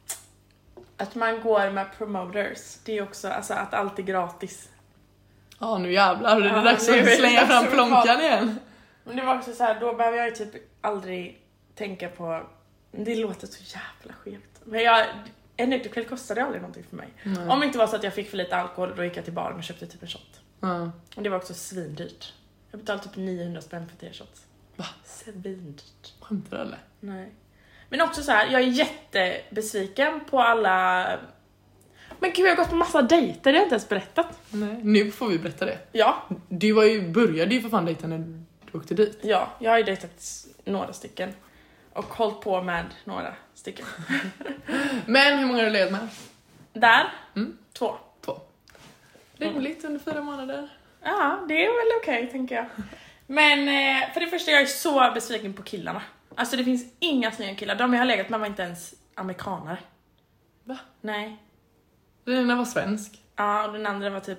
att man går med promoters. Det är också, alltså att allt är gratis. Ja, nu jävlar, det är Ja, dags nu är att det slänga dags fram att plånkan ta- igen. Men det var också så här, då behöver jag ju typ aldrig tänka på, det låter så jävla skevt. Men jag, en utekväll kostade aldrig någonting för mig. Nej. Om det inte var så att jag fick för lite alkohol, då gick jag till baren och köpte typ en shot. Ja. Och det var också svindyrt. Jag betalade typ niohundra spänn för tre shots. Va? Svindyrt. Skämtar du eller? Nej. Men också så här, jag är jättebesviken på alla... Men gud, jag har gått på massa dejter, det har jag inte ens berättat. Nej. Nu får vi berätta det. Ja, Du var ju, började ju för fan dejta när du åkte dit. ja, jag har ju dejtat några stycken. Och hållit på med några stycken. Men hur många har du legat med? Där, Mm. två. Två. Rimligt under fyra månader. Ja, det är väl okej, tänker jag. Men eh, för det första, jag är så besviken på killarna. Alltså det finns inga snygga killar. De jag har legat med var inte ens amerikanare. Va? Nej. Den ena var svensk. Ja, och den andra var typ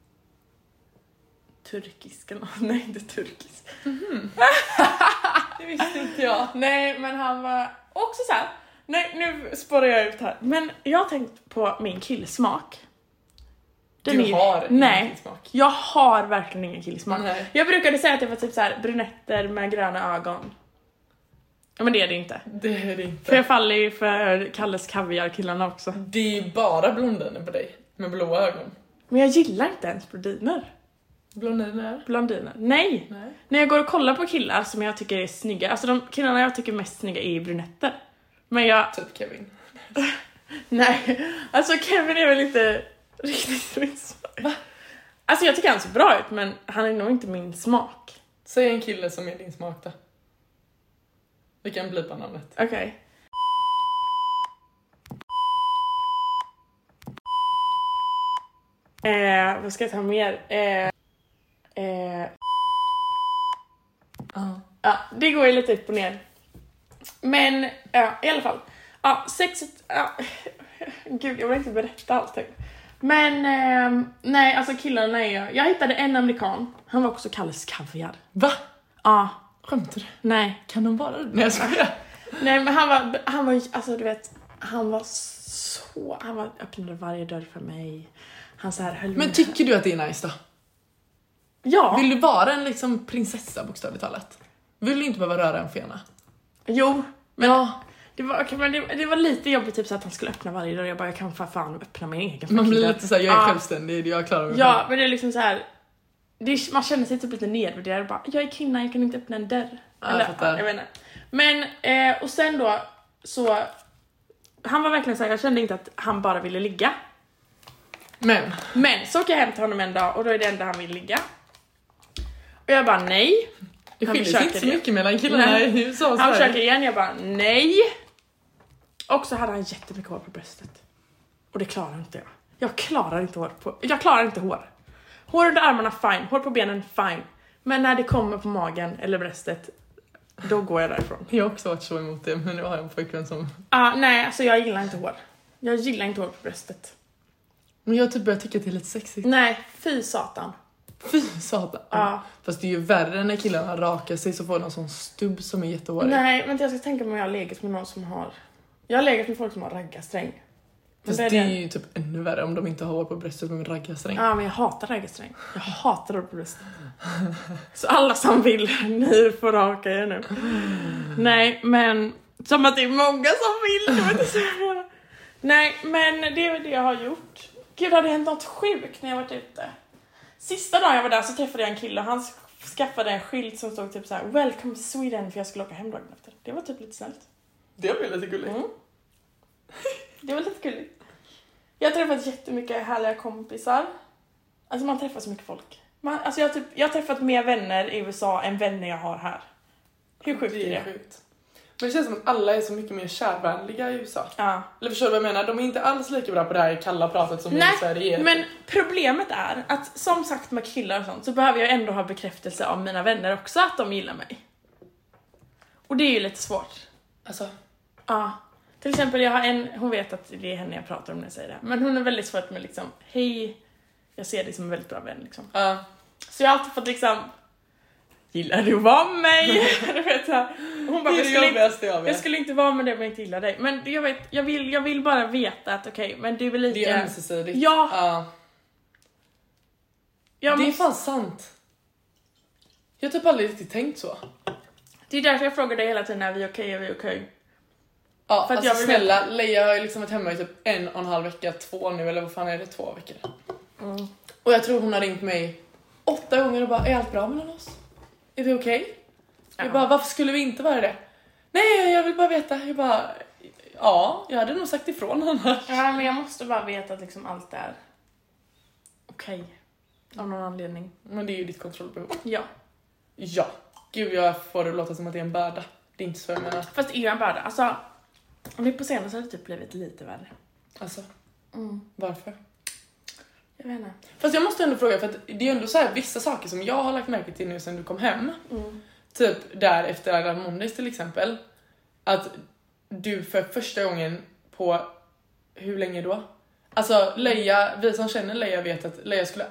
turkisk eller något. Nej, inte turkisk. Det visste inte jag. Nej, men han var också så här. Nej, nu spårar jag ut här. Men jag har tänkt på min killsmak. Den Du är ju- har Nej, ingen smak. jag har verkligen ingen killsmak. Nej. Jag brukade säga att det var typ så här brunetter med gröna ögon. Ja, men det är det inte. Det är det inte. För jag faller ju för Kalles kaviar-killarna också. Det är bara blondiner på dig. Med blåa ögon. Men jag gillar inte ens blondiner. Blondiner? Blondiner. Nej. Nej. När jag går och kollar på killar som jag tycker är snygga. Alltså de killarna jag tycker mest snygga är brunetter. Men jag... Typ Kevin. Nej. Alltså Kevin är väl inte riktigt min smak. Va? Alltså jag tycker han ser bra ut, men han är nog inte min smak. Säg en kille som är din smak då. Vi kan blipa namnet. Okej. Eh, vad ska jag ta mer? Eh, eh, Ja. ja, det går ju lite upp och ner. Men, ja, i alla fall. Ja, sexet... Ja, gud, jag vill inte berätta allting. Men, eh, nej, alltså killarna är ju... Jag hittade en amerikan. Han var också Kalles kaviar. Va? Ja, Skämtar du? nej. Kan de vara det? Nej, jag skojar. Nej, men han var... Han var, alltså du vet... Han var så... Han var, öppnade varje dörr för mig. Han så här höll Men med- tycker du att det är nice då? Ja. Vill du vara en liksom prinsessa bokstavligt talat? Vill du inte behöva röra en fena? Jo, men... Ja. Det var, okay, men det, det var lite jobbigt typ så att han skulle öppna varje dörr. Jag bara, jag kan för fan öppna min egen. Man blir dörr. lite såhär, jag är Ja. självständig, jag klarar mig Ja, själv. men det är liksom så här. Det är, man känner sig typ lite nedvärderad. Bara, jag är kvinna, jag kan inte öppna en dörr. Ja, jag fattar. jag vet inte. Men, eh, och sen då så... Han var verkligen så här, jag kände inte att han bara ville ligga. Men, Men så åker jag hem till honom en dag och då är det enda han vill ligga. Och jag bara, nej. det Han skiljer sig inte försöker så det. mycket mellan killarna Nej. i U S A och Han försöker Sverige. igen, jag bara, nej. Och så hade han jättemycket hår på bröstet. Och det klarar inte jag. Jag klarar inte hår på... Jag klarar inte hår. Hår under armarna, fine. Hår på benen, fine. Men när det kommer på magen eller bröstet, då går jag därifrån. Jag har också varit så emot det, men nu har jag en pojkvän som... Ah, nej, alltså jag gillar inte hår. Jag gillar inte hår på bröstet. Men jag typ börjar tycka att det är lite sexigt. Nej, fy satan. Fy satan. Ja. Fast det är ju värre när killarna rakar sig så får de en sån stubb som är jättehårig. Nej, men jag ska tänka mig om jag har legat med någon som har... Jag har legat med folk som har raggarsträng. Fast det, det är ju typ ännu värre om de inte har hår på bröstet med en raggarsträng. Ja, men jag hatar raggarsträng. Jag hatar hår på bröstet. Så alla som vill, ni får raka er nu. Nej, men som att det är många som vill. Jag vet inte så. Nej, men det är väl det jag har gjort. Gud, det hade hänt något sjukt när jag varit ute. Sista dagen jag var där så träffade jag en kille och han skaffade en skylt som stod typ så här: Welcome to Sweden, för jag skulle åka hem dagen efter. Det var typ lite snällt. Det var lite gulligt. Mm. Det var lite gulligt. Jag har träffat jättemycket härliga kompisar. Alltså man träffar så mycket folk. Man, alltså jag, har typ, jag har träffat mer vänner i U S A än vänner jag har här. Hur sjukt är det? Det är sjukt. Men det känns som att alla är så mycket mer kärvänliga i U S A. Ja. Eller förstår du vad jag menar? De är inte alls lika bra på det här kalla pratet som vi i Sverige är. Men problemet är att som sagt med killar och sånt så behöver jag ändå ha bekräftelse av mina vänner också att de gillar mig. Och det är ju lite svårt. Alltså. Ja. Till exempel jag har en, hon vet att det är henne jag pratar om när jag säger det. Men hon är väldigt svårt med liksom, hej, jag ser dig som en väldigt bra vän liksom. Ja. Så jag har alltid fått liksom, gillar du att vara med mig? Du vet så. Hon bara, Det är jag det skulle, jobbigaste jag inte, vet. jag skulle inte vara med dig om jag inte gillar dig. Men jag vet, jag vill, jag vill bara veta att okej, okay, men du är lika... Det är ömsesidigt. Ja. Ja. Jag Det är måste... fan sant. Jag har typ aldrig riktigt tänkt så. Det är därför jag frågar dig hela tiden, är vi okej, okay, är vi okej? Okay? Ja, För att alltså jag vill snälla, veta. Leia har ju liksom varit hemma i typ en och en halv vecka, två nu, eller vad fan är det, två veckor. Mm. Och jag tror hon har ringt mig åtta gånger och bara, är allt bra mellan oss? Är vi okej? Okay? Ja. Jag bara, varför skulle vi inte vara det? Nej, jag vill bara veta. Jag bara, ja, jag hade nog sagt ifrån annars. Ja, men jag måste bara veta att liksom allt är okej. Okay. Av någon anledning. Men det är ju ditt kontrollbehov. Ja. Ja. Gud, jag får det låta som att det är en börda. Det är inte så jag menar. Fast det är ju en börda. Alltså, nu på senare så har det typ blivit lite värre. Alltså, Mm. varför? Jag vet inte. Fast jag måste ändå fråga, för att det är ändå så här vissa saker som jag har lagt märke till nu sen du kom hem. Mm. Typ där efter alla måndags till exempel. Att du för första gången på, hur länge då? Alltså Leia, vi som känner Leia vet att Leia skulle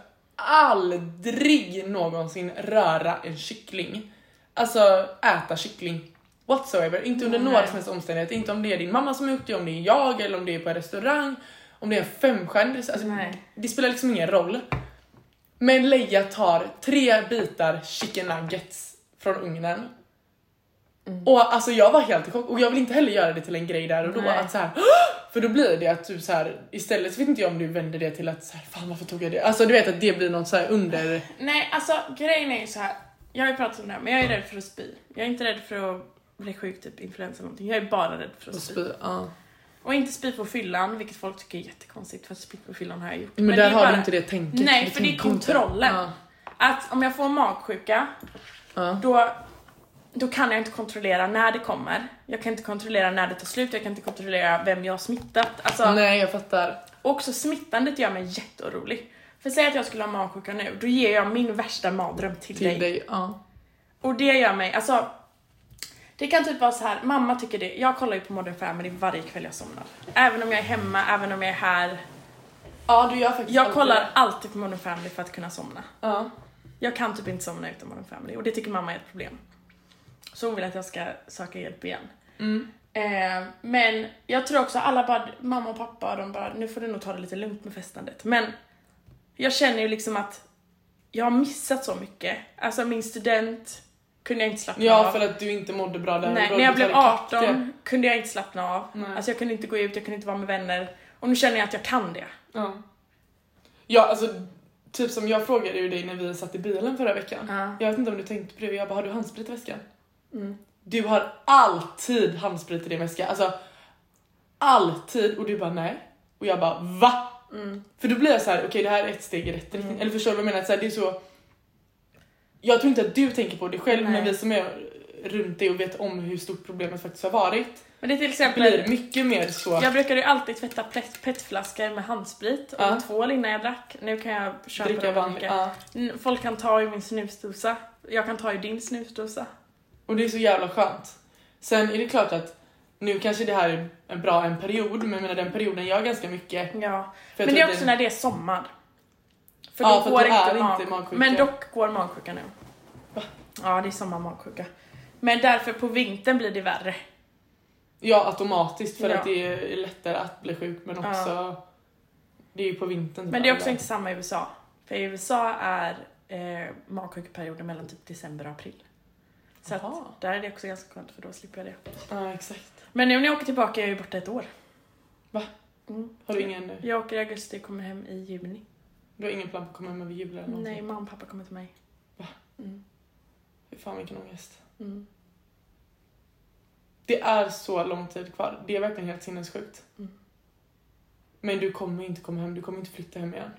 aldrig någonsin röra en kyckling. Alltså äta kyckling whatsoever. Inte under Mm, några nej. som helst omständigheter. Inte om det är din mamma som har gjort det, om det är jag eller om det är på en restaurang. Om det är en femstjärnig. Alltså, Nej. det spelar liksom ingen roll. Men Leia tar tre bitar chicken nuggets från ugnen. Mm. Och alltså jag var helt i chock. Och jag vill inte heller göra det till en grej där och då. Nej. Att så här, för då blir det att du så här, istället så vet inte jag om du vänder det till att så här, fan varför tog jag det? Alltså du vet att det blir något så här under. Nej, alltså grejen är ju så här. Jag har ju pratat om det här, men jag är rädd för att spy. Jag är inte rädd för att bli sjuk, typ influensa eller någonting. Jag är bara rädd för att Och spy. spy, ja. Och inte spy på fyllan, vilket folk tycker är jättekonstigt, för att spy på fyllan har jag gjort. Men, det där är har bara- du inte det tänket. Nej, Du för det är tänker inte. kontrollen. Ja. Att om jag får magsjuka, Ja. då, då kan jag inte kontrollera när det kommer. Jag kan inte kontrollera när det tar slut, jag kan inte kontrollera vem jag har smittat. Alltså, Nej, jag fattar. och också smittandet gör mig jätteorolig. För säg att jag skulle ha magsjuka nu, då ger jag min värsta mardröm till, Till dig. dig, ja. Och det gör mig, alltså det kan typ vara så här, mamma tycker det. Jag kollar ju på Modern Family varje kväll jag somnar. Även om jag är hemma, även om jag är här. Ja, du gör faktiskt Jag alltid kollar det. alltid på Modern Family för att kunna somna. Ja. Jag kan typ inte somna utan Modern Family och det tycker mamma är ett problem. Så hon vill att jag ska söka hjälp igen. Mm. Eh, men jag tror också alla bara, mamma och pappa, de bara, nu får du nog ta det lite lugnt med festandet. Men jag känner ju liksom att jag har missat så mycket. Alltså min student kunde jag inte slappna av. Ja, för att du inte mådde bra där. Nej, och då när jag du blev tar ikapp det. arton kunde jag inte slappna av. Nej. Alltså jag kunde inte gå ut, jag kunde inte vara med vänner. Och nu känner jag att jag kan det. Ja. Ja, alltså typ som jag frågade ju dig när vi satt i bilen förra veckan. Ja. Jag vet inte om du tänkte på det. Jag bara, har du handsprit i väskan? Mm. Du har alltid handsprit i din väska. Alltså, alltid. Och du bara, nej. Och jag bara, va? Mm. För då blir jag så här, okej okay, det här är ett steg i rätt riktning. Mm. Eller förstår du vad jag menar? Så här, det är så... Jag tror inte att du tänker på det själv, Nej. men vi som är runt dig och vet om hur stort problemet faktiskt har varit. Men det är till Blir exempel, mycket mer så... jag brukade ju alltid tvätta pet- petflaskor med handsprit och Ja. tvål innan jag drack. Nu kan jag köpa dricka dem och vanligt. dricka. Ja. N- Folk kan ta i min snusdosa. Jag kan ta i din snusdosa. Och det är så jävla skönt. Sen är det klart att nu kanske det här är en bra en period, men jag menar, den perioden gör ganska mycket. Ja. För jag Men tror det är att också det- när det är sommar. För Ja, då för går att du inte, är mag- inte magsjuka. Men dock går magsjuka nu. Va? Ja, det är sommar magsjuka. Men därför på vintern blir det värre. Ja, automatiskt för Ja. att det är lättare att bli sjuk, men också Ja. det är ju på vintern. Men det är också inte samma i U S A. För i U S A är eh, magsjukeperioden mellan typ december och april. Så Aha. att där är det också ganska skönt för då slipper jag det. Ja, exakt. Men nu när jag åker tillbaka är jag ju borta ett år. Va? Mm. Har du ingen nu? Jag åker i augusti och kommer hem i juni. Du har ingen plan på att komma hem över jul eller någonting? Nej, mamma och pappa kommer till mig. Va? Mm. Fy fan vilken ångest. Mm. Det är så lång tid kvar. Det är verkligen helt sinnessjukt. Mm. Men du kommer inte komma hem. Du kommer inte flytta hem igen.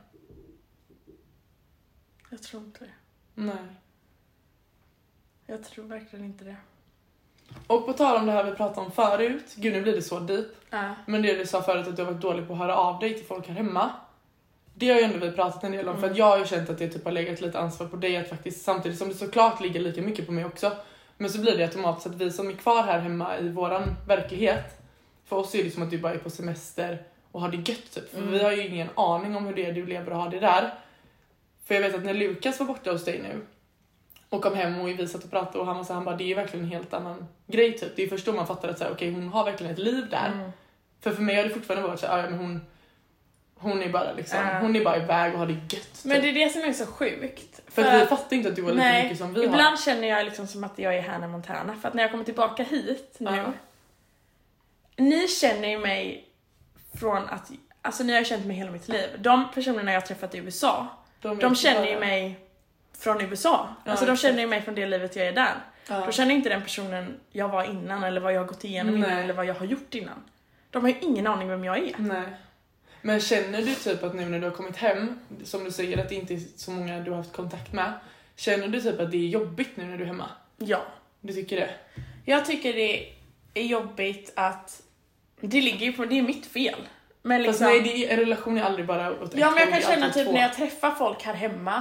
Jag tror inte det. Nej. Jag tror verkligen inte det. Och på tal om det här vi pratade om förut. Gud, nu blir det så deep. Äh. Men det du sa förut att du har varit dålig på att höra av dig till folk här hemma. Det har ju ändå vi pratat en del om. Mm. För att jag har ju känt att det typ har legat lite ansvar på dig. Att faktiskt, samtidigt som det såklart ligger lika mycket på mig också. Men så blir det automatiskt att vi som är kvar här hemma i våran verklighet. För oss är det som att du bara är på semester och har det gött typ. För Mm. vi har ju ingen aning om hur det är du lever och har det där. För jag vet att när Lukas var borta hos dig nu och kom hem och vi satt och pratade och han var så här, han bara, det är verkligen en helt annan grej typ. Det är först då man fattar att så här, okej, hon har verkligen ett liv där. Mm. För för mig har det fortfarande varit så här, ja, men hon hon är bara liksom, Äh. hon är bara iväg och har det gött typ. Men det är det som är så sjukt. För, för att vi fattar inte att du har lika nej, mycket som vi ibland har. känner jag liksom som att jag är Hannah Montana. För att när jag kommer tillbaka hit nu. Ja. Ni känner ju mig från att, alltså ni har känt mig hela mitt liv. De personerna jag har träffat i U S A, De, de vet känner bara- ju mig från U S A. Ja, Alltså de exakt. känner ju mig från det livet jag är där. Ja. Då känner inte den personen jag var innan eller vad jag har gått igenom Nej. innan eller vad jag har gjort innan. De har ju ingen aning vem jag är. Nej. Men känner du typ att nu när du har kommit hem, som du säger att det inte är så många du har haft kontakt med, känner du typ att det är jobbigt nu när du är hemma? Ja. Du tycker det? Jag tycker det är jobbigt att det ligger ju på, det är mitt fel. Men Fast liksom, nej, det är, en relation är aldrig bara åt ett ja, men jag håll, kan det är känna alltid typ två. när jag träffar folk här hemma.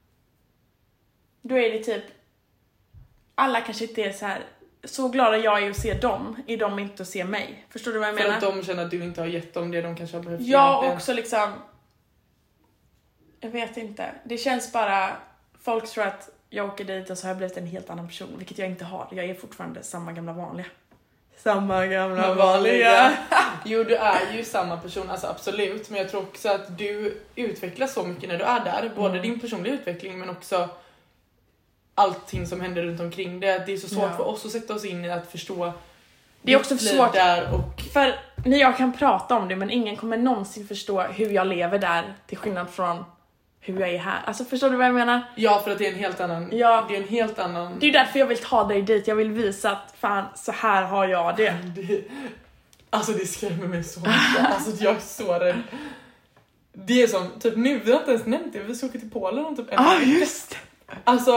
Då är det typ, alla kanske inte är så här så glada jag är att se dem, är de inte att se mig. Förstår du vad jag För menar? att de känner att du inte har gett dem det de kanske har behövt. Jag egentligen. också liksom, jag vet inte. Det känns bara, folk tror att jag åker dit och så har jag blivit en helt annan person, vilket jag inte har. Jag är fortfarande samma gamla vanliga. Samma gamla vanliga. Jo, du är ju samma person, alltså absolut. Men jag tror också att du utvecklas så mycket när du är där. Både Mm. din personliga utveckling men också allting som händer runt omkring det. Det är så svårt Ja. för oss att sätta oss in i att förstå. Det är också ditt liv svårt. där och För när jag kan prata om det, men ingen kommer någonsin förstå hur jag lever där till skillnad från hur jag är här. Alltså förstår du vad jag menar? ja, för att det är en helt annan. Ja. Det är en helt annan. Det är ju därför jag vill ta dig dit. Jag vill visa att fan, så här har jag det. Det, alltså det skrämmer mig så mycket. Alltså jag är så rädd. Det är som, typ nu, vi har inte ens nämnt det. Vi ska åka till Polen om typ en Ja, ah, vecka. just det. Alltså...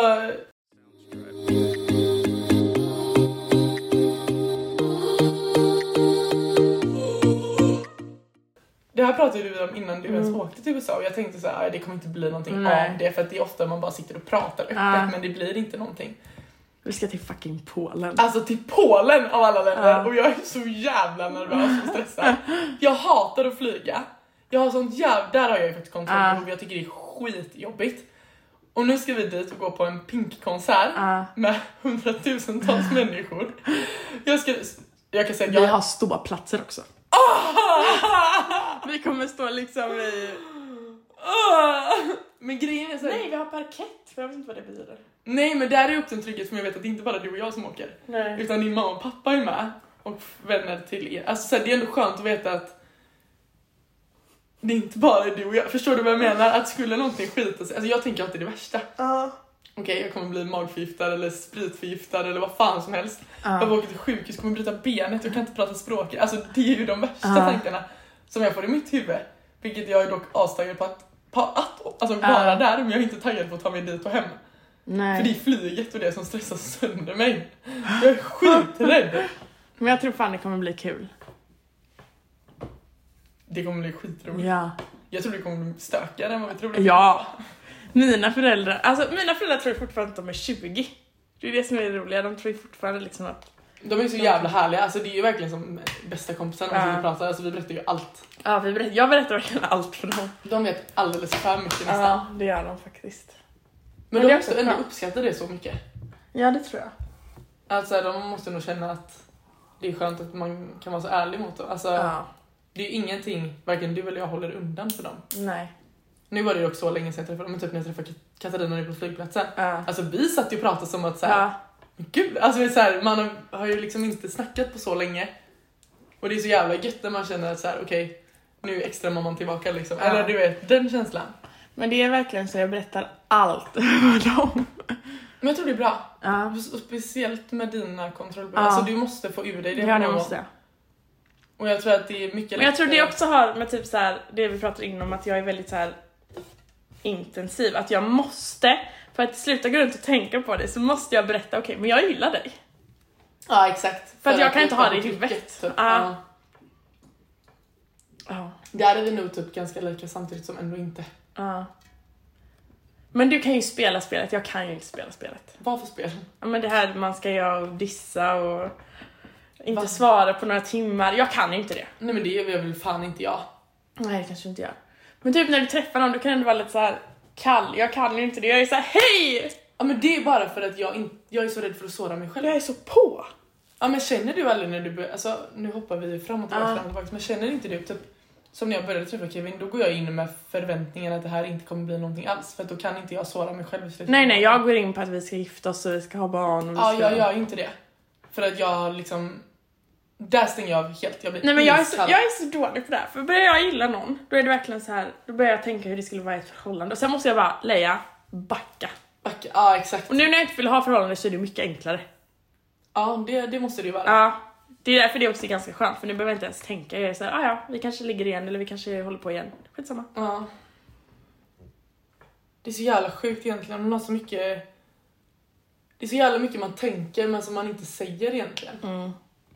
Det här pratade vi om innan du ens Mm. åkte till U S A och jag tänkte så här, det kommer inte bli någonting Nej. av det för att det är ofta man bara sitter och pratar öppet Ah. men det blir inte någonting. Vi ska till fucking Polen. Alltså till Polen av alla länder Ja. och jag är så jävla nervös och stressad. Jag hatar att flyga. Jag har sånt jävla, där har jag ju faktiskt kontrollbehov. Ja. Jag tycker det är skitjobbigt. Och nu ska vi dit och gå på en Pink-konsert Ja. med hundratusentals människor. Jag ska, jag kan säga att Vi jag har stora platser också. Vi kommer stå liksom i... Men grejen är så här, Nej, vi har parkett. För jag vet inte vad det betyder. nej men där är också en trygghet för jag vet att det är inte bara du och jag som åker. Nej. Utan din mamma och pappa är med. Och vänner till er. Alltså så här, det är ändå skönt att veta att det är inte bara du och jag. Förstår du vad jag menar? Att skulle någonting skita sig. Alltså jag tänker alltid det värsta. Ja. Okej, jag kommer bli magförgiftad eller spritförgiftad eller vad fan som helst. Ja. Jag åker till sjukhus, kommer bryta benet, jag kan inte prata språket. Alltså det är ju de värsta Ja. tankarna som jag får i mitt huvud. Vilket jag är dock astaggad på att, på att alltså, Ja. vara där, men jag är inte taggad på att ta mig dit och hem. Nej. För det är flyget och det som stressar sönder mig. Jag är skiträdd. Men jag tror fan det kommer bli kul. Det kommer bli skitroligt. Ja. Jag tror det kommer bli stökigare än vad vi trodde. Ja. Mina föräldrar, alltså mina föräldrar tror fortfarande att de är tjugo. Det är det som är det roliga, de tror fortfarande liksom att... De är så jävla härliga, alltså det är ju verkligen som bästa kompisar när Ja. vi pratar, alltså vi berättar ju allt. Ja, vi berättar, jag berättar verkligen allt för dem. De vet alldeles för mycket nästan. Ja, det gör de faktiskt. Men, Men det de är måste också ändå bra. uppskatta det så mycket. Ja, det tror jag. Alltså de måste nog känna att det är skönt att man kan vara så ärlig mot dem. Alltså, Ja. det är ju ingenting, varken du eller jag håller undan för dem. Nej. Nu var det ju också så länge sedan jag träffade dem, men typ när jag träffade Katarina nu på flygplatsen. Ja. Alltså vi satt ju och pratade som att så här, Ja. gud, alltså det är så här, man har, har ju liksom inte snackat på så länge. Och det är så jävla gött när man känner att så här, okej, okay, nu är extra mamman tillbaka liksom. Ja. Eller du vet, den känslan. Men det är verkligen så jag berättar allt för dem. Men jag tror det är bra. Ja. Och speciellt med dina kontrollbehov. Ja. Alltså du måste få ur dig det. Ja, det måste jag. Och jag tror att det är mycket Men jag tror lättare. det också har med typ så här, det vi pratade in om, att jag är väldigt så här intensiv. Att jag måste, för att sluta gå runt och tänka på det, så måste jag berätta, okej, okay, men jag gillar dig. Ja, exakt. För, för att jag kan att inte ha det i trycket, huvudet. Typ. Ja. Ja. Ja. Där är vi nog typ ganska lika samtidigt som ändå inte. Ja. Men du kan ju spela spelet, jag kan ju inte spela spelet. Vad för spel? Ja, men det här man ska göra och dissa och inte Va? svara på några timmar. Jag kan ju inte det. Nej, men det är väl fan inte jag. Nej, det kanske inte jag. Men typ när du träffar någon, du kan ändå vara lite så här kall. Jag kan ju inte det. Jag är så här, hej! Ja, men det är bara för att jag, in, jag är så rädd för att såra mig själv. Jag är så på. Ja, men känner du aldrig när du börjar, alltså nu hoppar vi fram och tillbaka, Ja. fram och tillbaka, men känner inte du typ, som när jag började träffa Kevin, då går jag in med förväntningen att det här inte kommer bli någonting alls, för att då kan inte jag såra mig själv i slutet. Nej, nej, jag går in på att vi ska gifta oss och vi ska ha barn och vi Ja, ska... jag gör inte det. För att jag liksom, där stänger jag av helt. Jag blir Nej, men jag är, så, iskall. jag är så dålig på det här. För börjar jag gilla någon, då är det verkligen så här, då börjar jag tänka hur det skulle vara i ett förhållande. Och sen måste jag bara, Leia, backa. Backa. Ja, exakt. Och nu när jag inte vill ha förhållande så är det mycket enklare. Ja, det, det måste det ju vara. Ja, det är därför det också är ganska skönt. För nu behöver jag inte ens tänka. Jag är såhär, ah, ja, vi kanske ligger igen eller vi kanske håller på igen. Skitsamma. Ja. Det är så jävla sjukt egentligen. Man har så mycket... Det är så jävla mycket man tänker men som man inte säger egentligen. Mm.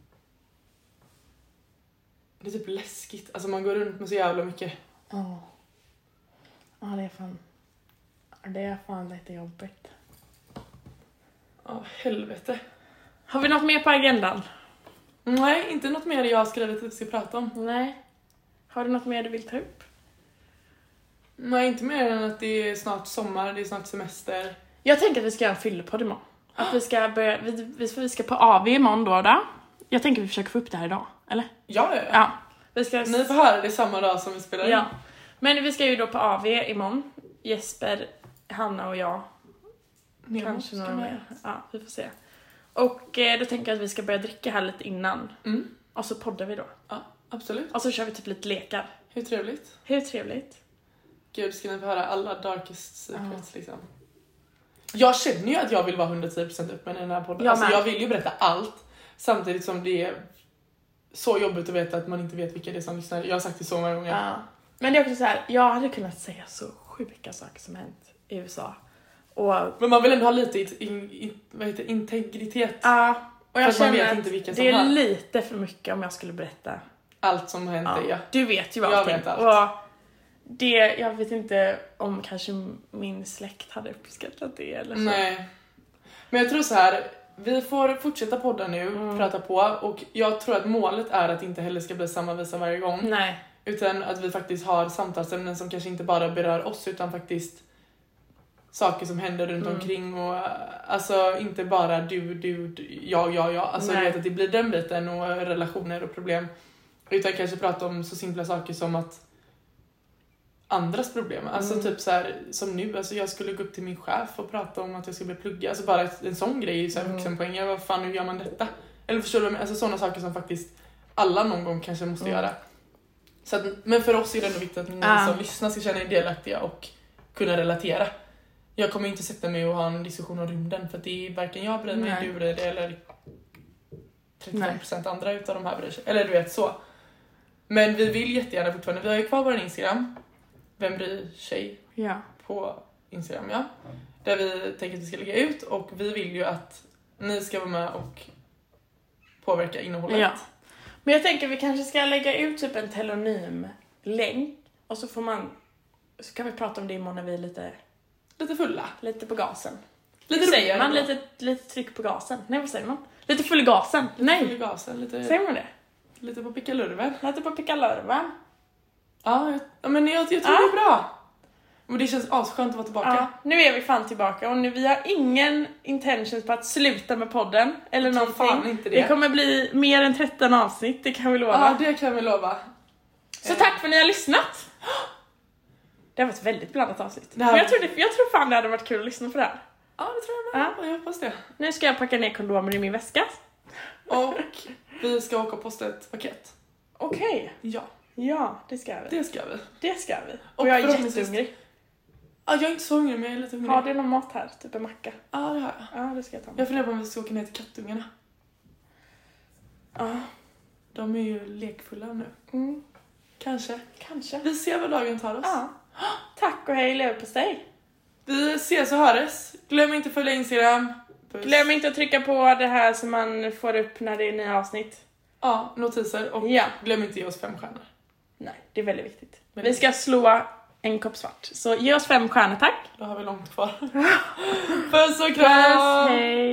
Det är typ läskigt. Alltså man går runt med så jävla mycket. Ja. Oh. Ja, det är fan... Det är fan lite jobbigt. Ja, helvete. Har vi något mer på agendan? Nej, inte något mer jag har skrivit att vi ska prata om. Nej. Har du något mer du vill ta upp? Nej, inte mer än att det är snart sommar, det är snart semester. Jag tänker att vi ska göra en fyllepodd imorgon. Att vi ska börja... Vi, vi, vi ska på A V imorgon då, då. Jag tänker att vi försöker få upp det här idag. Eller? Ja, ja. Ja. Vi ska... Ni får höra det samma dag som vi spelar in. Ja. Men vi ska ju då på A V imorgon. Jesper, Hanna och jag. Nemo, Kanske några ska man- mer. Ja, vi får se. Och eh, då tänker jag att vi ska börja dricka här lite innan. Mm. Och så poddar vi då. Ja, absolut. Och så kör vi typ lite lekar. Hur trevligt. Hur trevligt? Gud, ska ni få höra alla darkest secrets liksom. Jag känner ju att jag vill vara hundratio procent öppen i den här podden. Jag Alltså, med. jag vill ju berätta allt. Samtidigt som det är så jobbigt att veta att man inte vet vilka det är som lyssnar. Jag har sagt det så många gånger. Ja. Men det är också så här, jag hade kunnat säga så sjuka saker som hänt i U S A. Och Men man vill ändå ha lite in, in, vad heter, det? integritet. ja, och jag För att man känner vet att inte vilka som det är har. lite för mycket om jag skulle berätta. Allt som har hänt Ja. dig, ja. Du vet ju Jag allting. vet allt. Och det, jag vet inte om kanske min släkt hade uppskattat det eller så. Nej. Men jag tror så här, vi får fortsätta podda nu, Mm. prata på. Och jag tror att målet är att det inte heller ska bli samma visa varje gång. Nej. Utan att vi faktiskt har samtalsämnen som kanske inte bara berör oss utan faktiskt saker som händer runt Mm. omkring och alltså inte bara du, du, du jag, jag, jag. Alltså Nej. jag vet att det blir den biten och relationer och problem. Utan kanske prata om så simpla saker som att andras problem. Alltså Mm. typ så här som nu, alltså jag skulle gå upp till min chef och prata om att jag ska bli plugga. Alltså bara en sån grej, så här Mm. vuxenpoäng. Ja, vad fan, hur gör man detta? Eller förstår du vad jag menar? Alltså sådana saker som faktiskt alla någon gång kanske måste Mm. göra. Så att, men för oss är det ändå viktigt att ni Ah. som lyssnar ska känna er delaktiga och kunna relatera. Jag kommer inte sätta mig och ha en diskussion om rymden för att det är varken jag bryr mig, Nej. du bryr dig eller trettiofem procent andra utav de här bryr sig. Eller du vet så. Men vi vill jättegärna fortfarande, vi har ju kvar vår Instagram. Vem bryr sig Ja. på Instagram, ja. Där vi tänker att vi ska lägga ut och vi vill ju att ni ska vara med och påverka innehållet. Ja. Men jag tänker vi kanske ska lägga ut typ en telonym-länk. Och så får man... Så kan vi prata om det imorgon när vi är lite, Lite fulla. lite på gasen. Lite Hur säger roligare man? då. Lite, lite tryck på gasen. Nej, vad säger man? Lite full i gasen. Lite full i Nej, gasen, lite, säger man det? lite på pickalurven. Lite på pickalurven. Ja, jag, ja, men jag, jag tror Ja. det är bra. Men det känns asskönt att vara tillbaka. Ja, nu är vi fan tillbaka och nu, vi har ingen intentions på att sluta med podden eller Jag tror någonting. fan inte det. Det kommer bli mer än tretton avsnitt, det kan vi lova. Ja, det kan vi lova. Så tack för att ni har lyssnat. Det har varit ett väldigt blandat avsnitt. Det här- Men jag tror, det, jag tror fan det hade varit kul att lyssna på det här. Ja, det tror jag med. Ja. Jag hoppas det. Nu ska jag packa ner kondomer i min väska. Och vi ska åka och posta ett paket. Okej. Ja, Ja, det ska vi. det ska vi. Det ska vi. Och, Och jag är förhoppningsvis- jättehungrig. Ja, jag är inte så hungrig, men jag är lite hungrig. Har du någon mat här? Typ en macka? Ja, det har jag. Ja, det ska jag ta med. Jag funderar på om vi ska åka ner till kattungarna. Ja, De är ju lekfulla nu. mm, Kanske. kanske. Vi ser vad dagen tar oss. Ja. Tack och hej, leverpastej. Vi ses och hörs. Glöm inte att följa Instagram. Puss. Glöm inte att trycka på det här som man får upp när det är nya avsnitt. Ja, notiser. Och Ja. glöm inte att ge oss fem stjärnor. Nej, det är väldigt viktigt. Väldigt Vi ska slå en kopp svart. Så ge oss fem stjärnor, tack. Då har vi långt kvar. Puss och kram! Puss, hej.